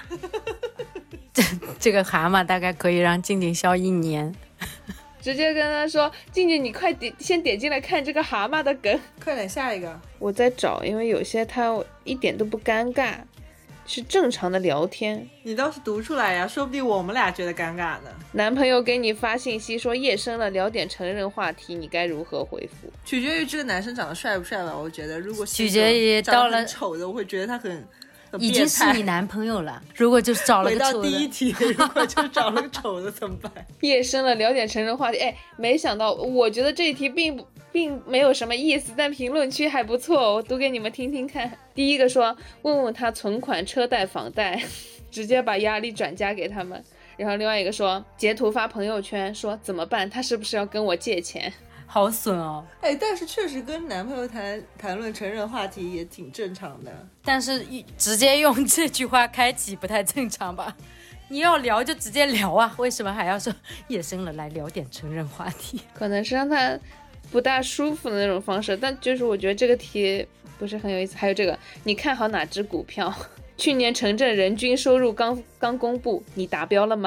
这个蛤蟆大概可以让静静笑1年。 直接跟他说，静静你快先点进来看这个蛤蟆的梗。 快点下一个。 我在找，因为有些他一点都不尴尬，是正常的聊天。 你倒是读出来呀，说不定我们俩觉得尴尬呢。 男朋友给你发信息说夜深了，聊点成人话题，你该如何回复？ 取决于这个男生长得帅不帅吧。我觉得如果取决于到了丑的，我会觉得他很已经是你男朋友了。如果就是找了个丑的， 回到第一题，如果就找了个丑的怎么办？ 夜深了，聊点成人话题。哎，没想到，我觉得这一题并没有什么意思，但评论区还不错，我读给你们听听看。第一个说问问他存款、车贷、房贷，直接把压力转嫁给他们。然后另外一个说截图发朋友圈说怎么办？他是不是要跟我借钱？ 好损哦！ 哎，但是确实跟男朋友谈论成人话题也挺正常的。 但是直接用这句话开启不太正常吧？你要聊就直接聊啊，为什么还要说夜深了来聊点成人话题？ 可能是让他不大舒服的那种方式。但就是我觉得这个题不是很有意思。还有这个，你看好哪只股票？去年城镇人均收入刚公布，你达标了吗？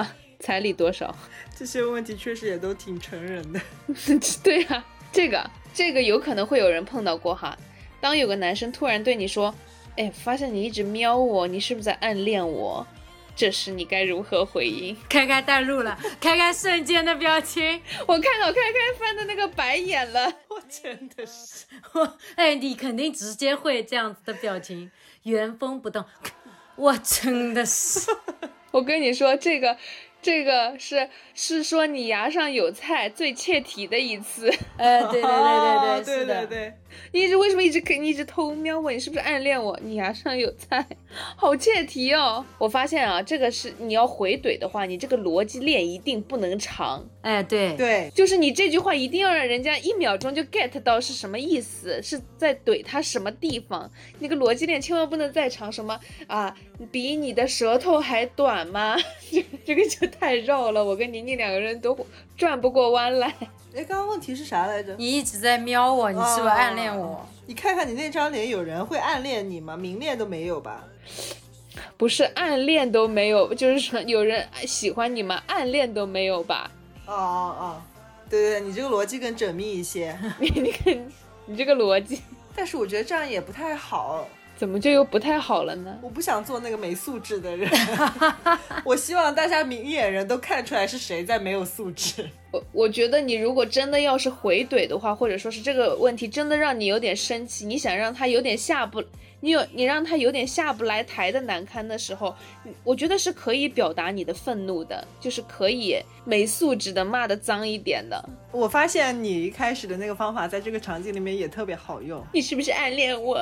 彩礼多少？ 这些问题确实也都挺成人的。 对啊，这个有可能会有人碰到过哈。当有个男生突然对你说，哎，发现你一直瞄我，你是不是在暗恋我？这时你该如何回应？ 开开带路了，开开瞬间的表情， 我看到开开翻的那个白眼了。 我真的是， 哎，你肯定直接会这样子的表情，原封不动。我真的是， 我跟你说，这个是说你牙上有菜最切题的一次。 对， 对是的， 对， 你为什么一直偷瞄我？你是不是暗恋我？你牙上有菜，好切题哦！我发现啊，这个是你要回怼的话，你这个逻辑链一定不能长。 哎，对， 就是你这句话一定要让人家1秒钟就 get 到是什么意思，是在怼他什么地方。那个逻辑链千万不能再长，什么啊，比你的舌头还短吗？这个就太绕了，我跟宁宁两个人都转不过弯来。 哎，刚刚问题是啥来着？ 你一直在瞄我，你是不是暗恋我？ 你看看你那张脸，有人会暗恋你吗？明恋都没有吧？ 不是暗恋都没有，就是说有人喜欢你吗？暗恋都没有吧？ 对，你这个逻辑更缜密一些。 你这个逻辑， 但是我觉得这样也不太好。 怎么就又不太好了呢？ 我不想做那个没素质的人。我希望大家明眼人都看出来是谁在没有素质。 我觉得你如果真的要是回怼的话，或者说是这个问题真的让你有点生气，你想让他有点你让他有点下不来台的难堪的时候，我觉得是可以表达你的愤怒的，就是可以没素质的骂的脏一点的。 我发现你一开始的那个方法在这个场景里面也特别好用。 你是不是暗恋我？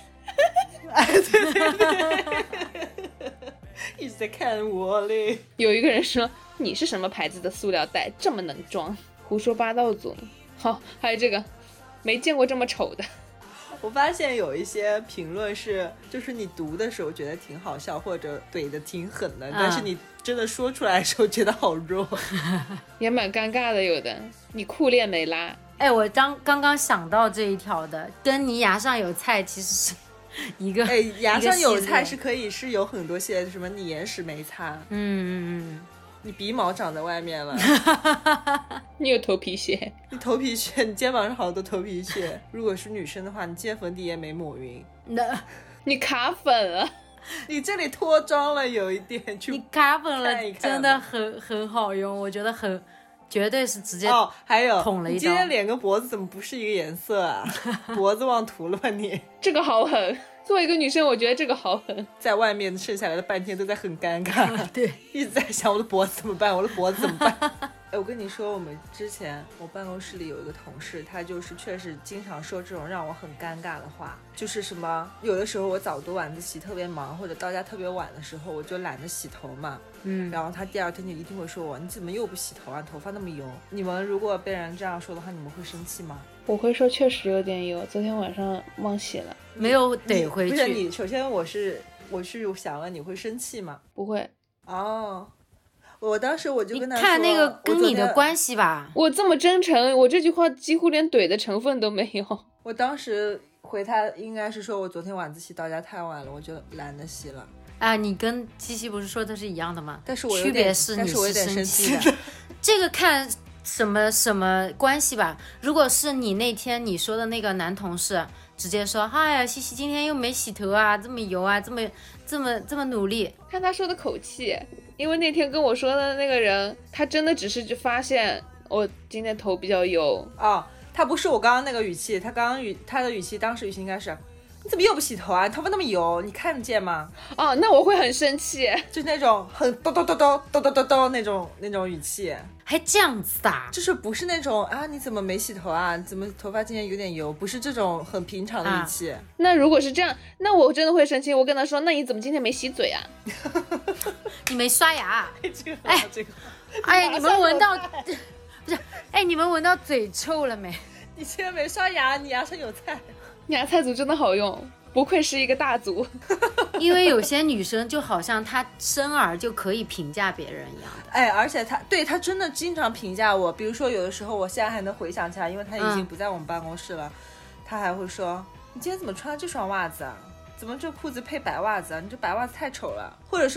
对，一直在看我嘞。 有一个人说，你是什么牌子的塑料袋这么能装？胡说八道组。好，还有这个没见过这么丑的。 我发现有一些评论是，就是你读的时候觉得挺好笑，或者怼的挺狠的，但是你真的说出来的时候觉得好弱。 也蛮尴尬的。有的你裤链没拉。 哎，我刚刚想到这一条的，跟你牙上有菜其实是一个。 哎，牙上有菜是可以是有很多些，什么你眼屎没擦，你鼻毛长在外面了， 你有头皮屑， 你头皮屑，你肩膀上好多头皮屑。如果是女生的话，你见粉底也没抹匀， 你卡粉了， 你这里脱妆了有一点， 你卡粉了， 看一看真的很好用，我觉得绝对是直接还有捅了一刀。 你今天脸跟脖子怎么不是一个颜色啊？脖子忘涂了吧你？ 这个好狠。作为一个女生，我觉得这个好狠。 在外面剩下来的半天都在很尴尬， 对， 一直在想我的脖子怎么办，我的脖子怎么办？哎，我跟你说，我办公室里有一个同事，他就是确实经常说这种让我很尴尬的话，就是什么有的时候我早读晚自习特别忙，或者到家特别晚的时候，我就懒得洗头嘛，然后他第二天就一定会说我，你怎么又不洗头啊，头发那么油。你们如果被人这样说的话，你们会生气吗？ 我会说确实有点油，昨天晚上忘洗了。 没有怼回去。 不是你，首先我是想了，你会生气吗？ 不会。 哦，我当时我就跟他说， 看那个跟你的关系吧。 我这么真诚，我这句话几乎连怼的成分都没有。 我当时回他应该是说我昨天晚自习到家太晚了，我就懒得洗了。 啊，你跟七七不是说的是一样的吗？ 但是我区别是你是生气的。这个看什么关系吧。如果是你那天你说的那个男同事直接说，哎呀，西西今天又没洗头啊，这么油啊，这么努力， 看他说的口气，因为那天跟我说的那个人，他真的只是发现我今天头比较油啊，他不是我刚刚那个语气，他的语气当时语气应该是，你怎么又不洗头啊？头发那么油，你看得见吗？ 哦，那我会很生气， 就那种很咚咚咚咚咚咚咚咚那种语气， 还这样子的， 就是不是那种啊你怎么没洗头啊？怎么头发今天有点油？不是这种很平常的语气。 那如果是这样，那我真的会生气。我跟他说，那你怎么今天没洗嘴啊？ 你没刷牙？ 哎， 你们闻到不是？哎，你们闻到嘴臭了没？ 你今天没刷牙，你牙上有菜。 牙菜组真的好用，不愧是一个大组。 因为有些女生就好像她生而就可以评价别人一样的。 哎，而且她真的经常评价我，比如说有的时候我现在还能回想起来，因为她已经不在我们办公室了，她还会说，你今天怎么穿这双袜子啊？怎么这裤子配白袜子啊？你这白袜子太丑了。或者说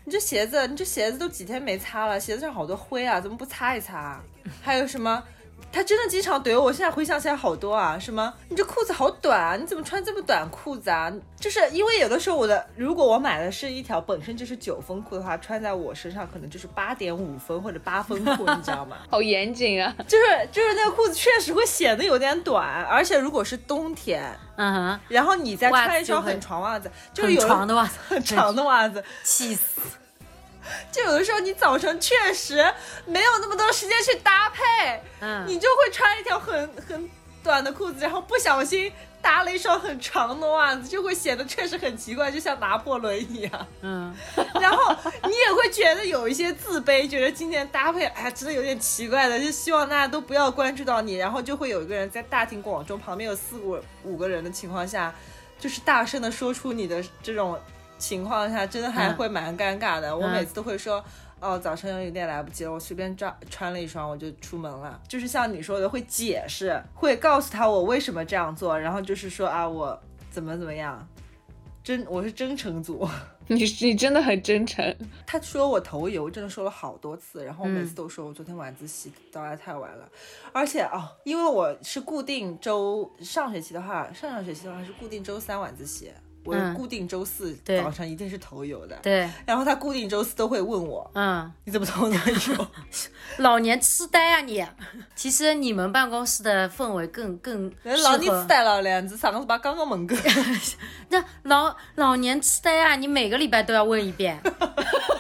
你这鞋子都几天没擦了，鞋子上好多灰啊，怎么不擦一擦？还有什么？他真的经常怼我，现在回想起来好多啊，什么你这裤子好短啊，你怎么穿这么短裤子啊？就是因为有的时候如果我买的是一条本身就是9分裤的话，穿在我身上可能就是8.5分或者8分裤，你知道吗？ 好严谨啊！ 就是那个裤子确实会显得有点短，而且如果是冬天，然后你再穿一双很长袜子，就是很长的袜子， 很长的袜子， 气死。 就有的时候你早晨确实没有那么多时间去搭配，你就会穿一条很短的裤子，然后不小心搭了一双很长的袜子，就会显得确实很奇怪，就像拿破仑一样。然后你也会觉得有一些自卑，觉得今天搭配真的有点奇怪的，就希望大家都不要关注到你，然后就会有一个人在大庭广众，旁边有4-5个人的情况下，就是大声的说出你的这种情况下，真的还会蛮尴尬的。我每次都会说早晨有点来不及了，我随便穿了一双我就出门了，就是像你说的会解释，会告诉他我为什么这样做，然后就是说我怎么样，我是真诚组。 你真的很真诚。 他说我头油真的说了好多次，然后我每次都说我昨天晚自习到来太晚了，而且因为我是固定上学期的话是固定周3晚自习，我固定周4早上一定是头油的， 对， 然后他固定周4都会问我，你怎么头那么油？ 老年痴呆啊你！其实你们办公室的氛围更老年痴呆了，两子上个是把刚刚问过。 那老年痴呆啊，你每个礼拜都要问一遍。说了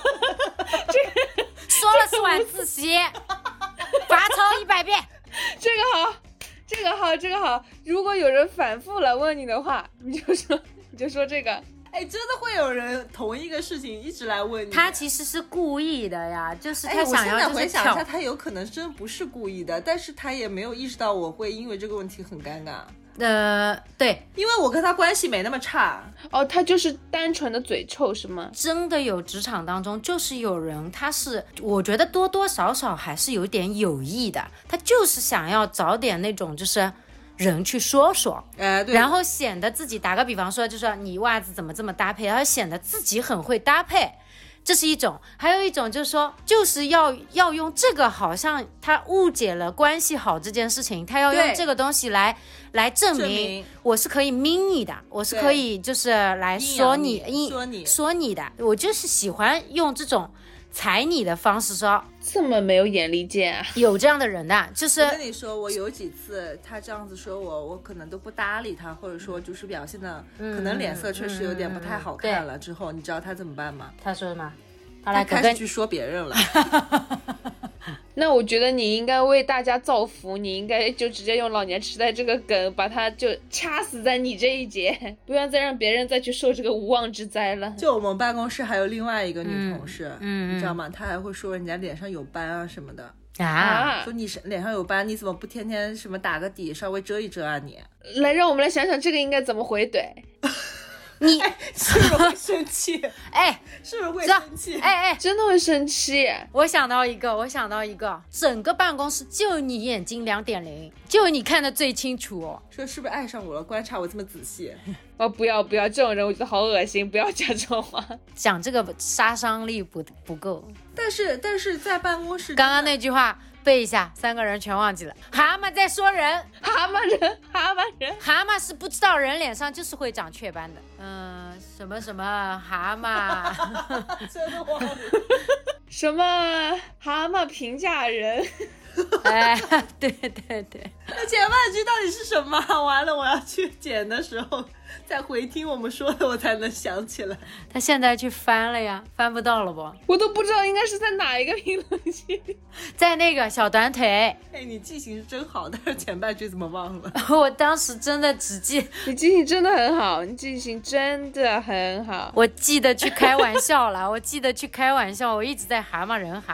是晚自习，罚抄100遍。 这个好。如果有人反复来问你的话，你就说这个。 真的会有人同一个事情一直来问你。 他其实是故意的呀，就是他想要我现在回想一下，他有可能真不是故意的，但是他也没有意识到我会因为这个问题很尴尬。 对， 因为我跟他关系没那么差。 他就是单纯的嘴臭是吗？ 真的有职场当中就是有人，他是我觉得多多少少还是有点有意的，他就是想要找点那种就是人去说， 对， 然后显得自己，打个比方说，就说你袜子怎么这么搭配，然后显得自己很会搭配，这是一种。还有一种就是说，就是要用这个，好像他误解了关系好这件事情，他要用这个东西来证明我是可以 mean 你的，我是可以就是来说你的，我就是喜欢用这种踩你的方式说。 这么没有眼力见啊！ 有这样的人的，就是我跟你说，我有几次他这样子说我可能都不搭理他，或者说就是表现的可能脸色确实有点不太好看了，之后你知道他怎么办吗？ 他说什么？ 他开始去说别人了。 那我觉得你应该为大家造福，你应该就直接用老年痴呆这个梗把他就掐死在你这一节，不要再让别人再去受这个无妄之灾了。 就我们办公室还有另外一个女同事，你知道吗？她还会说人家脸上有斑啊什么的说你脸上有斑，你怎么不天天什么打个底稍微遮一遮啊你？ 来，让我们来想想这个应该怎么回怼。 你是不是会生气？是不是会生气？ 真的会生气。 我想到一个，整个办公室就你眼睛2.0，就你看得最清楚哦。 说是不是爱上我了？观察我这么仔细。 不要这种人，我觉得好恶心，不要讲这种话。 讲这个杀伤力不够。 但是在办公室， 刚刚那句话背一下，3个人全忘记了。蛤蟆在说人， 蛤蟆是不知道人脸上就是会长雀斑的。什么什么蛤蟆， 真的忘了。 什么蛤蟆评价人？ 对。 那前半句到底是什么？完了，我要去剪的时候再回听我们说的，我才能想起来。 他现在去翻了呀，翻不到了不？ 我都不知道应该是在哪一个评论区，在那个小短腿。 你记性是真好，但是前半句怎么忘了？ 我当时真的只记， 你记性真的很好，你记性真的很好。 我记得去开玩笑了，我一直在蛤蟆人。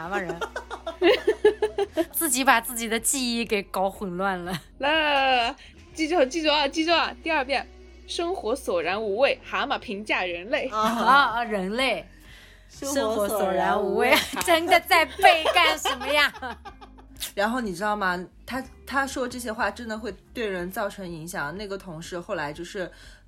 自己把自己的记忆给搞混乱了。 来，记住啊！第2遍，生活索然无味，蛤蟆评价人类。 人类，生活索然无味，真的在背干什么呀？ 然后你知道吗？他说这些话真的会对人造成影响。那个同事后来就是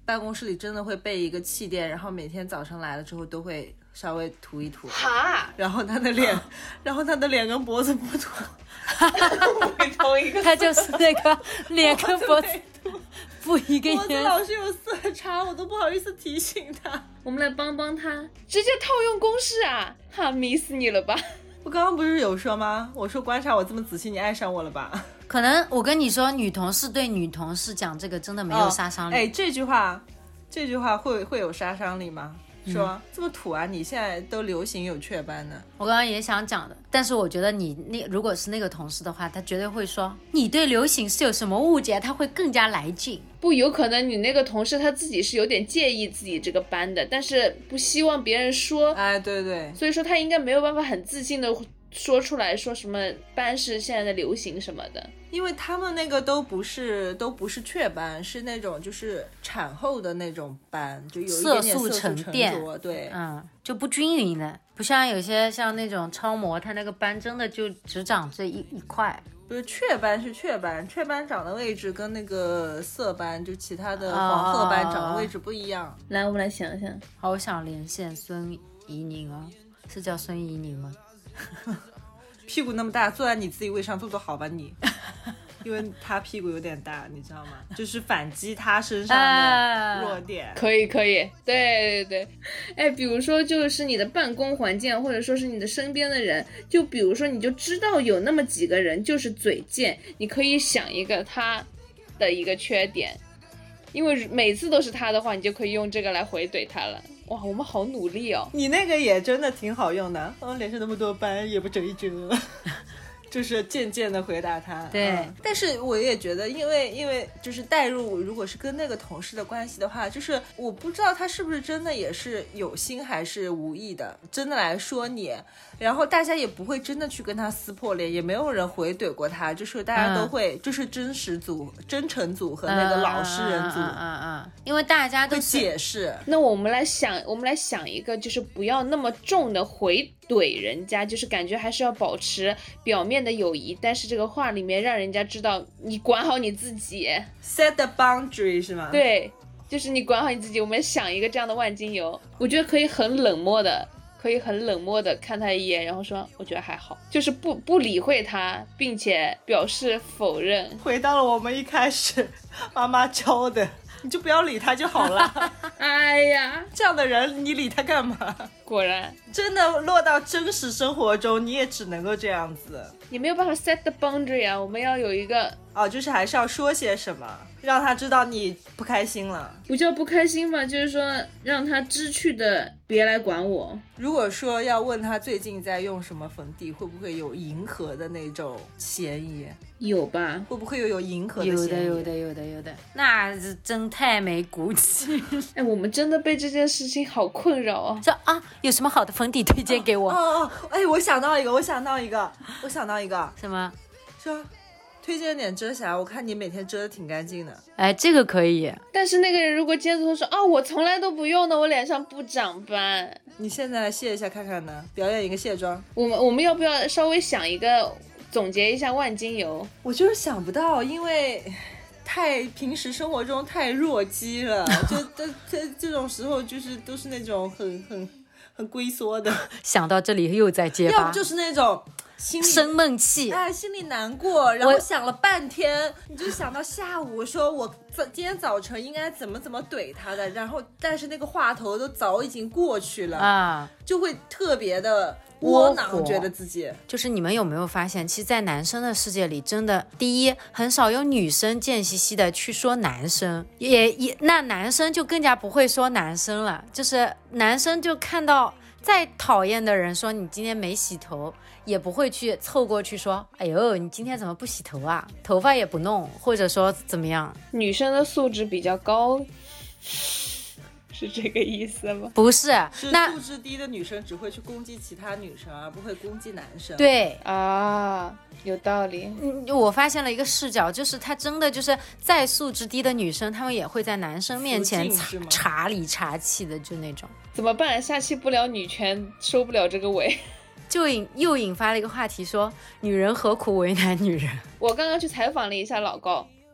办公室里真的会备一个气垫，然后每天早上来了之后都会稍微涂一涂， 哈， 然后他的脸跟脖子不涂， 同一个他就是那个脸跟脖子不一个脖子颜老是有色差，我都不好意思提醒他。 我们来帮帮他，直接套用公式啊！哈，迷死你了吧？ 我刚刚不是有说吗？我说观察我这么仔细，你爱上我了吧？ 可能我跟你说，女同事对女同事讲这个真的没有杀伤力。 哎，这句话会有杀伤力吗？说这么土啊！你现在都流行有雀斑呢。 我刚刚也想讲的，但是我觉得如果是那个同事的话，他绝对会说你对流行是有什么误解，他会更加来劲。 不，有可能你那个同事他自己是有点介意自己这个班的，但是不希望别人说。 哎，对对， 所以说他应该没有办法很自信的说出来说什么班是现在的流行什么的。 因为他们那个都不是雀斑，是那种就是产后的那种斑，就有一点点色素沉淀，对， 就不均匀的，不像有些像那种超模，它那个斑真的就只长这一块。 不是雀斑是雀斑，雀斑长的位置跟那个色斑就其他的黄褐斑长的位置不一样。 来，我们来想想， 好想连线孙怡宁啊，是叫孙怡宁吗？ 屁股那么大，坐在你自己位上坐好吧你。因为他屁股有点大，你知道吗？就是反击他身上的弱点。 可以，对。哎，比如说就是你的办公环境，或者说是你的身边的人，就比如说你就知道有那么几个人就是嘴贱，你可以想一个他的一个缺点，因为每次都是他的话，你就可以用这个来回怼他了。哇，我们好努力哦！ 你那个也真的挺好用的，脸上那么多斑也不遮一遮。就是渐渐的回答他， 对、 但是我也觉得，因为就是代入，如果是跟那个同事的关系的话，就是我不知道他是不是真的也是有心还是无意的，真的来说你，然后大家也不会真的去跟他撕破脸，也没有人回怼过他，就是大家都会，就是真诚组和那个老实人组， 因为大家都会解释。 那我们来想一个，就是不要那么重的回怼人家，就是感觉还是要保持表面的友谊，但是这个话里面让人家知道你管好你自己 ，set the boundary 是吗？ 对，就是你管好你自己。我们想一个这样的万金油，我觉得可以很冷漠的看他一眼，然后说我觉得还好，就是不理会他，并且表示否认。 回到了我们一开始妈妈教的，你就不要理他就好了。 哎呀， 这样的人你理他干嘛？ 果然真的落到真实生活中，你也只能够这样子， 你没有办法 set the boundary 啊。我们要有一个就是还是要说些什么，让他知道你不开心了。 不叫不开心吧，就是说让他知趣的别来管我。 如果说要问他最近在用什么粉底，会不会有迎合的那种嫌疑？ 有吧？ 会不会有迎合的嫌疑？ 有的，那是真太没骨气。 哎，我们真的被这件事情好困扰啊！ 说有什么好的粉底推荐给我？ 哎，我想到一个， 什么？ 说推荐点遮瑕，我看你每天遮的挺干净的。 哎，这个可以。 但是那个人如果接着说我从来都不用的，我脸上不长斑。 你现在来卸一下看看呢，表演一个卸妆。 我们要不要稍微想一个，总结一下万金油？ 我就是想不到，因为平时生活中太弱鸡了，就这种时候就是都是那种很龟缩的。 想到这里又在结巴， 要不就是那种生闷气， 心里难过，然后想了半天，你就想到下午说我今天早晨应该怎么怼他的，然后但是那个话头都早已经过去了就会特别的窝囊，觉得自己就是你们有没有发现，其实在男生的世界里，真的第一很少有女生贱兮兮的去说男生，那男生就更加不会说男生了，就是男生就看到再讨厌的人说你今天没洗头，也不会去凑过去说哎呦你今天怎么不洗头啊，头发也不弄，或者说怎么样。 女生的素质比较高是这个意思吗？ 不是， 那素质低的女生只会去攻击其他女生，而不会攻击男生。 对有道理。 我发现了一个视角，就是她真的就是再素质低的女生，她们也会在男生面前茶里茶气的，就那种。 怎么办？下期不聊女权，收不了这个尾。 就又引发了一个话题，说女人何苦为难女人。 我刚刚去采访了一下老高，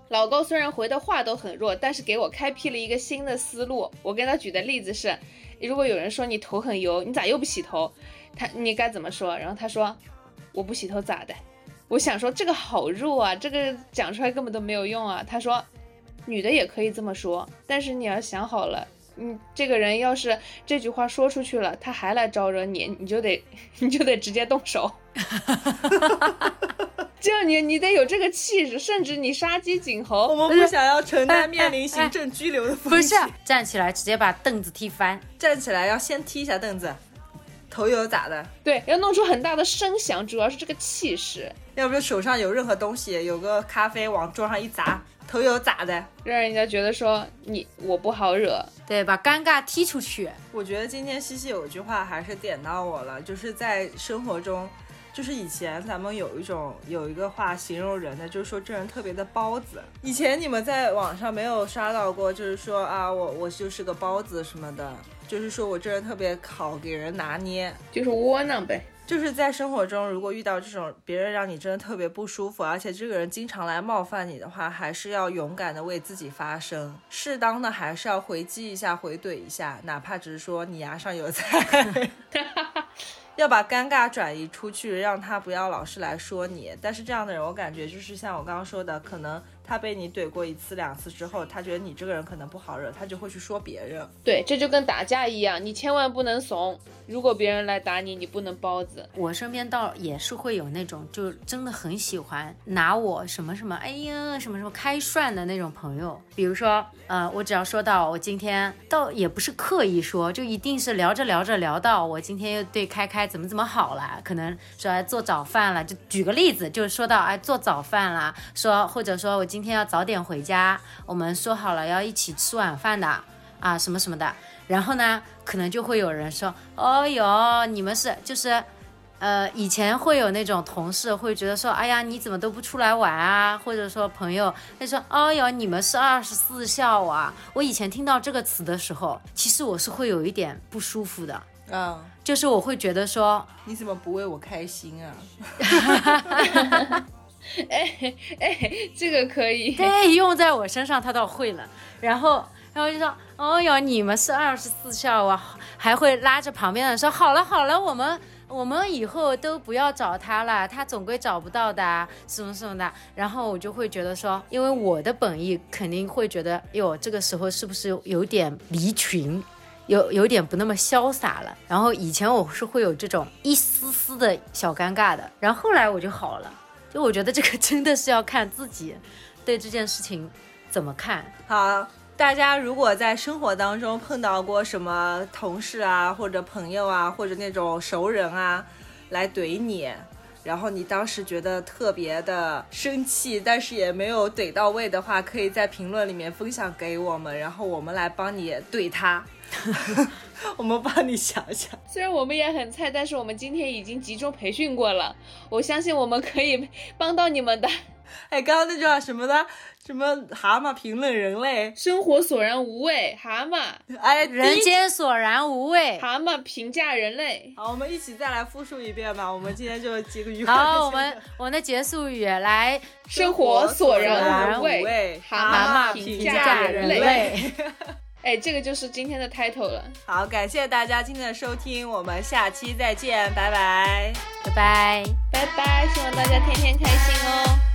老高虽然回的话都很弱，但是给我开辟了一个新的思路。我跟他举的例子是，如果有人说你头很油，你咋又不洗头？你该怎么说？然后他说我不洗头咋的？我想说这个好弱啊，这个讲出来根本都没有用啊。他说女的也可以这么说，但是你要想好了，这个人要是这句话说出去了，他还来招惹你，你就得直接动手。这样你得有这个气势，甚至你杀鸡儆猴。 我们不想要承担面临行政拘留的风险。 不是站起来直接把凳子踢翻， 站起来要先踢一下凳子，头油咋的？ 对，要弄出很大的声响，主要是这个气势。 要不就手上有任何东西，有个咖啡往桌上一砸，头油咋的？ 让人家觉得说我不好惹。 对，把尴尬踢出去。 我觉得今天西西有一句话还是点到我了，就是在生活中，就是以前咱们有一个话形容人的，就是说这人特别的包子。以前你们在网上没有刷到过，就是说啊，我就是个包子什么的，就是说我这人特别好给人拿捏， 就是窝囊呗。 就是在生活中，如果遇到这种别人让你真的特别不舒服，而且这个人经常来冒犯你的话，还是要勇敢的为自己发声，适当的还是要回击一下，回怼一下，哪怕只是说你牙上有菜。要把尴尬转移出去，让他不要老是来说你。但是这样的人，我感觉就是像我刚刚说的，可能他被你怼过1次2次之后，他觉得你这个人可能不好惹，他就会去说别人。 对，这就跟打架一样，你千万不能怂。如果别人来打你，你不能包子。 我身边倒也是会有那种就真的很喜欢拿我什么什么，哎呀什么什么开涮的那种朋友。比如说我只要说到我今天倒也不是刻意说，就一定是聊着聊着聊到我今天又对开怎么好了，可能说做早饭了，就举个例子，就是说到做早饭了，说或者说我今天要早点回家，我们说好了要一起吃晚饭的啊什么什么的。然后呢可能就会有人说，哦哟你们是就是以前会有那种同事会觉得说，哎呀你怎么都不出来玩啊，或者说朋友他说，哦哟你们是24孝啊。我以前听到这个词的时候，其实我是会有一点不舒服的。就是我会觉得说， 你怎么不为我开心啊？ 这个可以， 对，用在我身上他倒会了。然后就说，哦哟你们是24孝啊，还会拉着旁边的人说，好了好了，我们以后都不要找他了，他总归找不到的什么什么的。然后我就会觉得说，因为我的本意肯定会觉得，哟这个时候是不是有点离群，有点不那么潇洒了。然后以前我是会有这种一丝丝的小尴尬的，然后后来我就好了。就我觉得这个真的是要看自己对这件事情怎么看。 好，大家如果在生活当中碰到过什么同事啊或者朋友啊或者那种熟人啊来怼你，然后你当时觉得特别的生气，但是也没有怼到位的话，可以在评论里面分享给我们，然后我们来帮你怼他。我们帮你想想。 虽然我们也很菜，但是我们今天已经集中培训过了，我相信我们可以帮到你们的。 刚刚那句话什么的，什么蛤蟆评论人类， 生活索然无味，蛤蟆人间索然无味， 蛤蟆评价人类。 好，我们一起再来复述一遍吧。我们今天就几个语好，我们的结束语来， 生活索然无味，蛤蟆评价人类。这个就是今天的 title 了。 好，感谢大家今天的收听，我们下期再见，拜拜， 拜拜， 拜拜，希望大家天天开心哦。